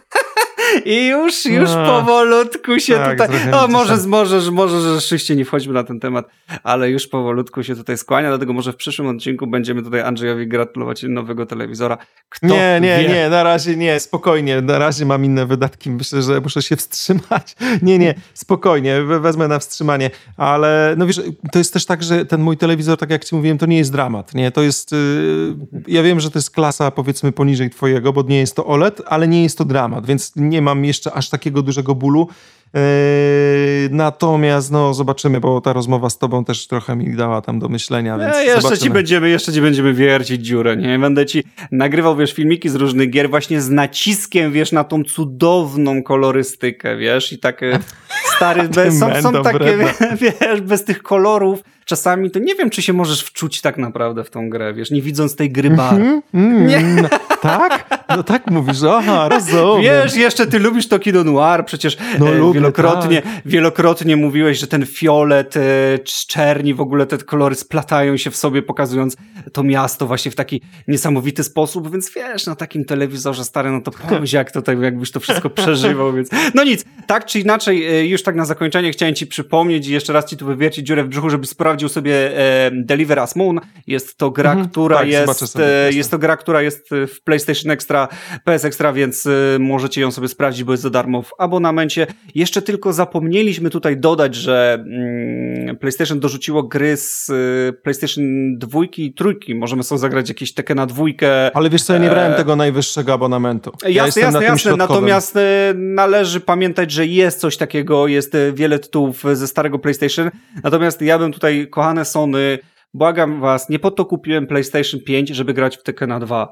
już powolutku się tutaj... Może, że rzeczywiście nie wchodźmy na ten temat, ale już powolutku się tutaj skłania, dlatego może w przyszłym odcinku będziemy tutaj Andrzejowi gratulować nowego telewizora. Nie, na razie nie, spokojnie, na razie mam inne wydatki, myślę, że muszę się wstrzymać. Nie, spokojnie, wezmę na wstrzymanie, ale no wiesz, to jest też tak, że ten mój telewizor, tak jak ci mówiłem, to nie jest dramat, nie, to jest, ja wiem, że to jest klasa powiedzmy poniżej twojego, bo nie jest to OLED, ale nie jest to dramat, więc nie mam jeszcze aż takiego dużego bólu. Natomiast no zobaczymy, bo ta rozmowa z tobą też trochę mi dała tam do myślenia, więc jeszcze ci będziemy wiercić dziurę, nie? Będę ci nagrywał, wiesz, filmiki z różnych gier właśnie z naciskiem, wiesz, na tą cudowną kolorystykę, wiesz, i tak stary, są takie, wiesz, bez tych kolorów, czasami to nie wiem, czy się możesz wczuć tak naprawdę w tą grę, wiesz, nie widząc tej gry bar. Nie. Tak? No tak mówisz, aha, rozumiem. Wiesz, jeszcze ty lubisz to kino noir, przecież wielokrotnie mówiłeś, że ten fiolet, czerni, w ogóle te kolory splatają się w sobie, pokazując to miasto właśnie w taki niesamowity sposób, więc wiesz, na takim telewizorze stary, no to pomyśl, jakbyś to wszystko przeżywał, więc no nic, tak czy inaczej, już tak na zakończenie chciałem ci przypomnieć i jeszcze raz ci tu wywiercić dziurę w brzuchu, żebyś sprawdził sobie Deliver Us Moon. Jest to gra, która jest w PlayStation Extra, PS Extra, więc możecie ją sobie sprawdzić, bo jest za darmo w abonamencie. Jeszcze tylko zapomnieliśmy tutaj dodać, że PlayStation dorzuciło gry z PlayStation 2 i 3. Możemy sobie zagrać jakieś Tekkena 2. Ale wiesz co, ja nie brałem tego najwyższego abonamentu. Jasne. Natomiast należy pamiętać, że jest coś takiego, jest wiele tytułów ze starego PlayStation. Natomiast ja bym tutaj, kochane Sony, błagam was, nie po to kupiłem PlayStation 5, żeby grać w Tekkena 2.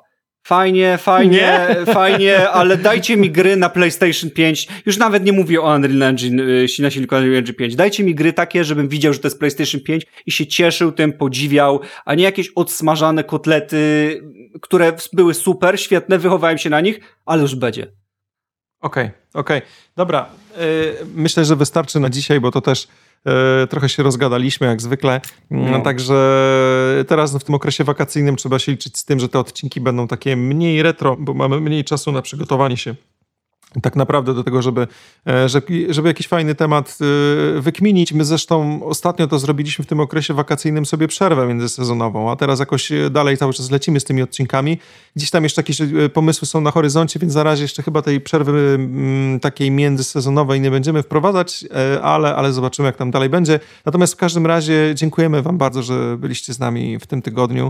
Fajnie, ale dajcie mi gry na PlayStation 5. Już nawet nie mówię o Unreal Engine, na silniku Unreal Engine 5. Dajcie mi gry takie, żebym widział, że to jest PlayStation 5 i się cieszył tym, podziwiał, a nie jakieś odsmażane kotlety, które były super, świetne, wychowałem się na nich, ale już będzie. Okej. Dobra. Myślę, że wystarczy na dzisiaj, bo to też trochę się rozgadaliśmy jak zwykle, także teraz w tym okresie wakacyjnym trzeba się liczyć z tym, że te odcinki będą takie mniej retro, bo mamy mniej czasu na przygotowanie się tak naprawdę do tego, żeby jakiś fajny temat wykminić. My zresztą ostatnio to zrobiliśmy w tym okresie wakacyjnym sobie przerwę międzysezonową, a teraz jakoś dalej cały czas lecimy z tymi odcinkami. Gdzieś tam jeszcze jakieś pomysły są na horyzoncie, więc na razie jeszcze chyba tej przerwy takiej międzysezonowej nie będziemy wprowadzać, ale zobaczymy, jak tam dalej będzie. Natomiast w każdym razie dziękujemy wam bardzo, że byliście z nami w tym tygodniu.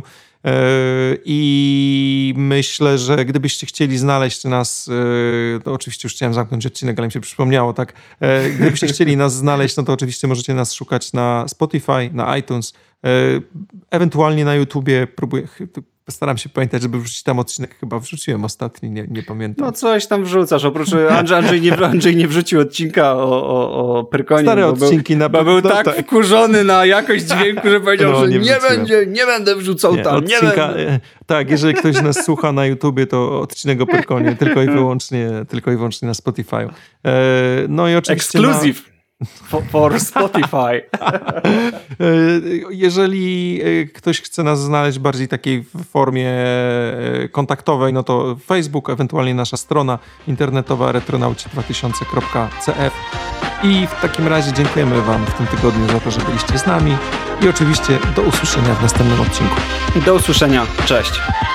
I myślę, że gdybyście chcieli znaleźć nas, to oczywiście już chciałem zamknąć odcinek, ale mi się przypomniało, tak? Gdybyście chcieli nas znaleźć, no to oczywiście możecie nas szukać na Spotify, na iTunes, ewentualnie na YouTubie. Postaram się pamiętać, żeby wrzucić tam odcinek. Chyba wrzuciłem ostatni, nie pamiętam. No coś tam wrzucasz, oprócz Andrzej nie wrzucił odcinka o Pyrkonie. Stare odcinki bo był tak wkurzony na jakość dźwięku, że powiedział, że nie będę wrzucał tam. Odcinka, tak, jeżeli ktoś nas słucha na YouTubie, to odcinek o Pyrkonie tylko i wyłącznie na Spotify. No i oczywiście Exclusive. For Spotify. Jeżeli ktoś chce nas znaleźć bardziej takiej w formie kontaktowej, no to Facebook, ewentualnie nasza strona internetowa retronauci2000.cf. I w takim razie dziękujemy wam w tym tygodniu za to, że byliście z nami i oczywiście do usłyszenia w następnym odcinku. Do usłyszenia. Cześć.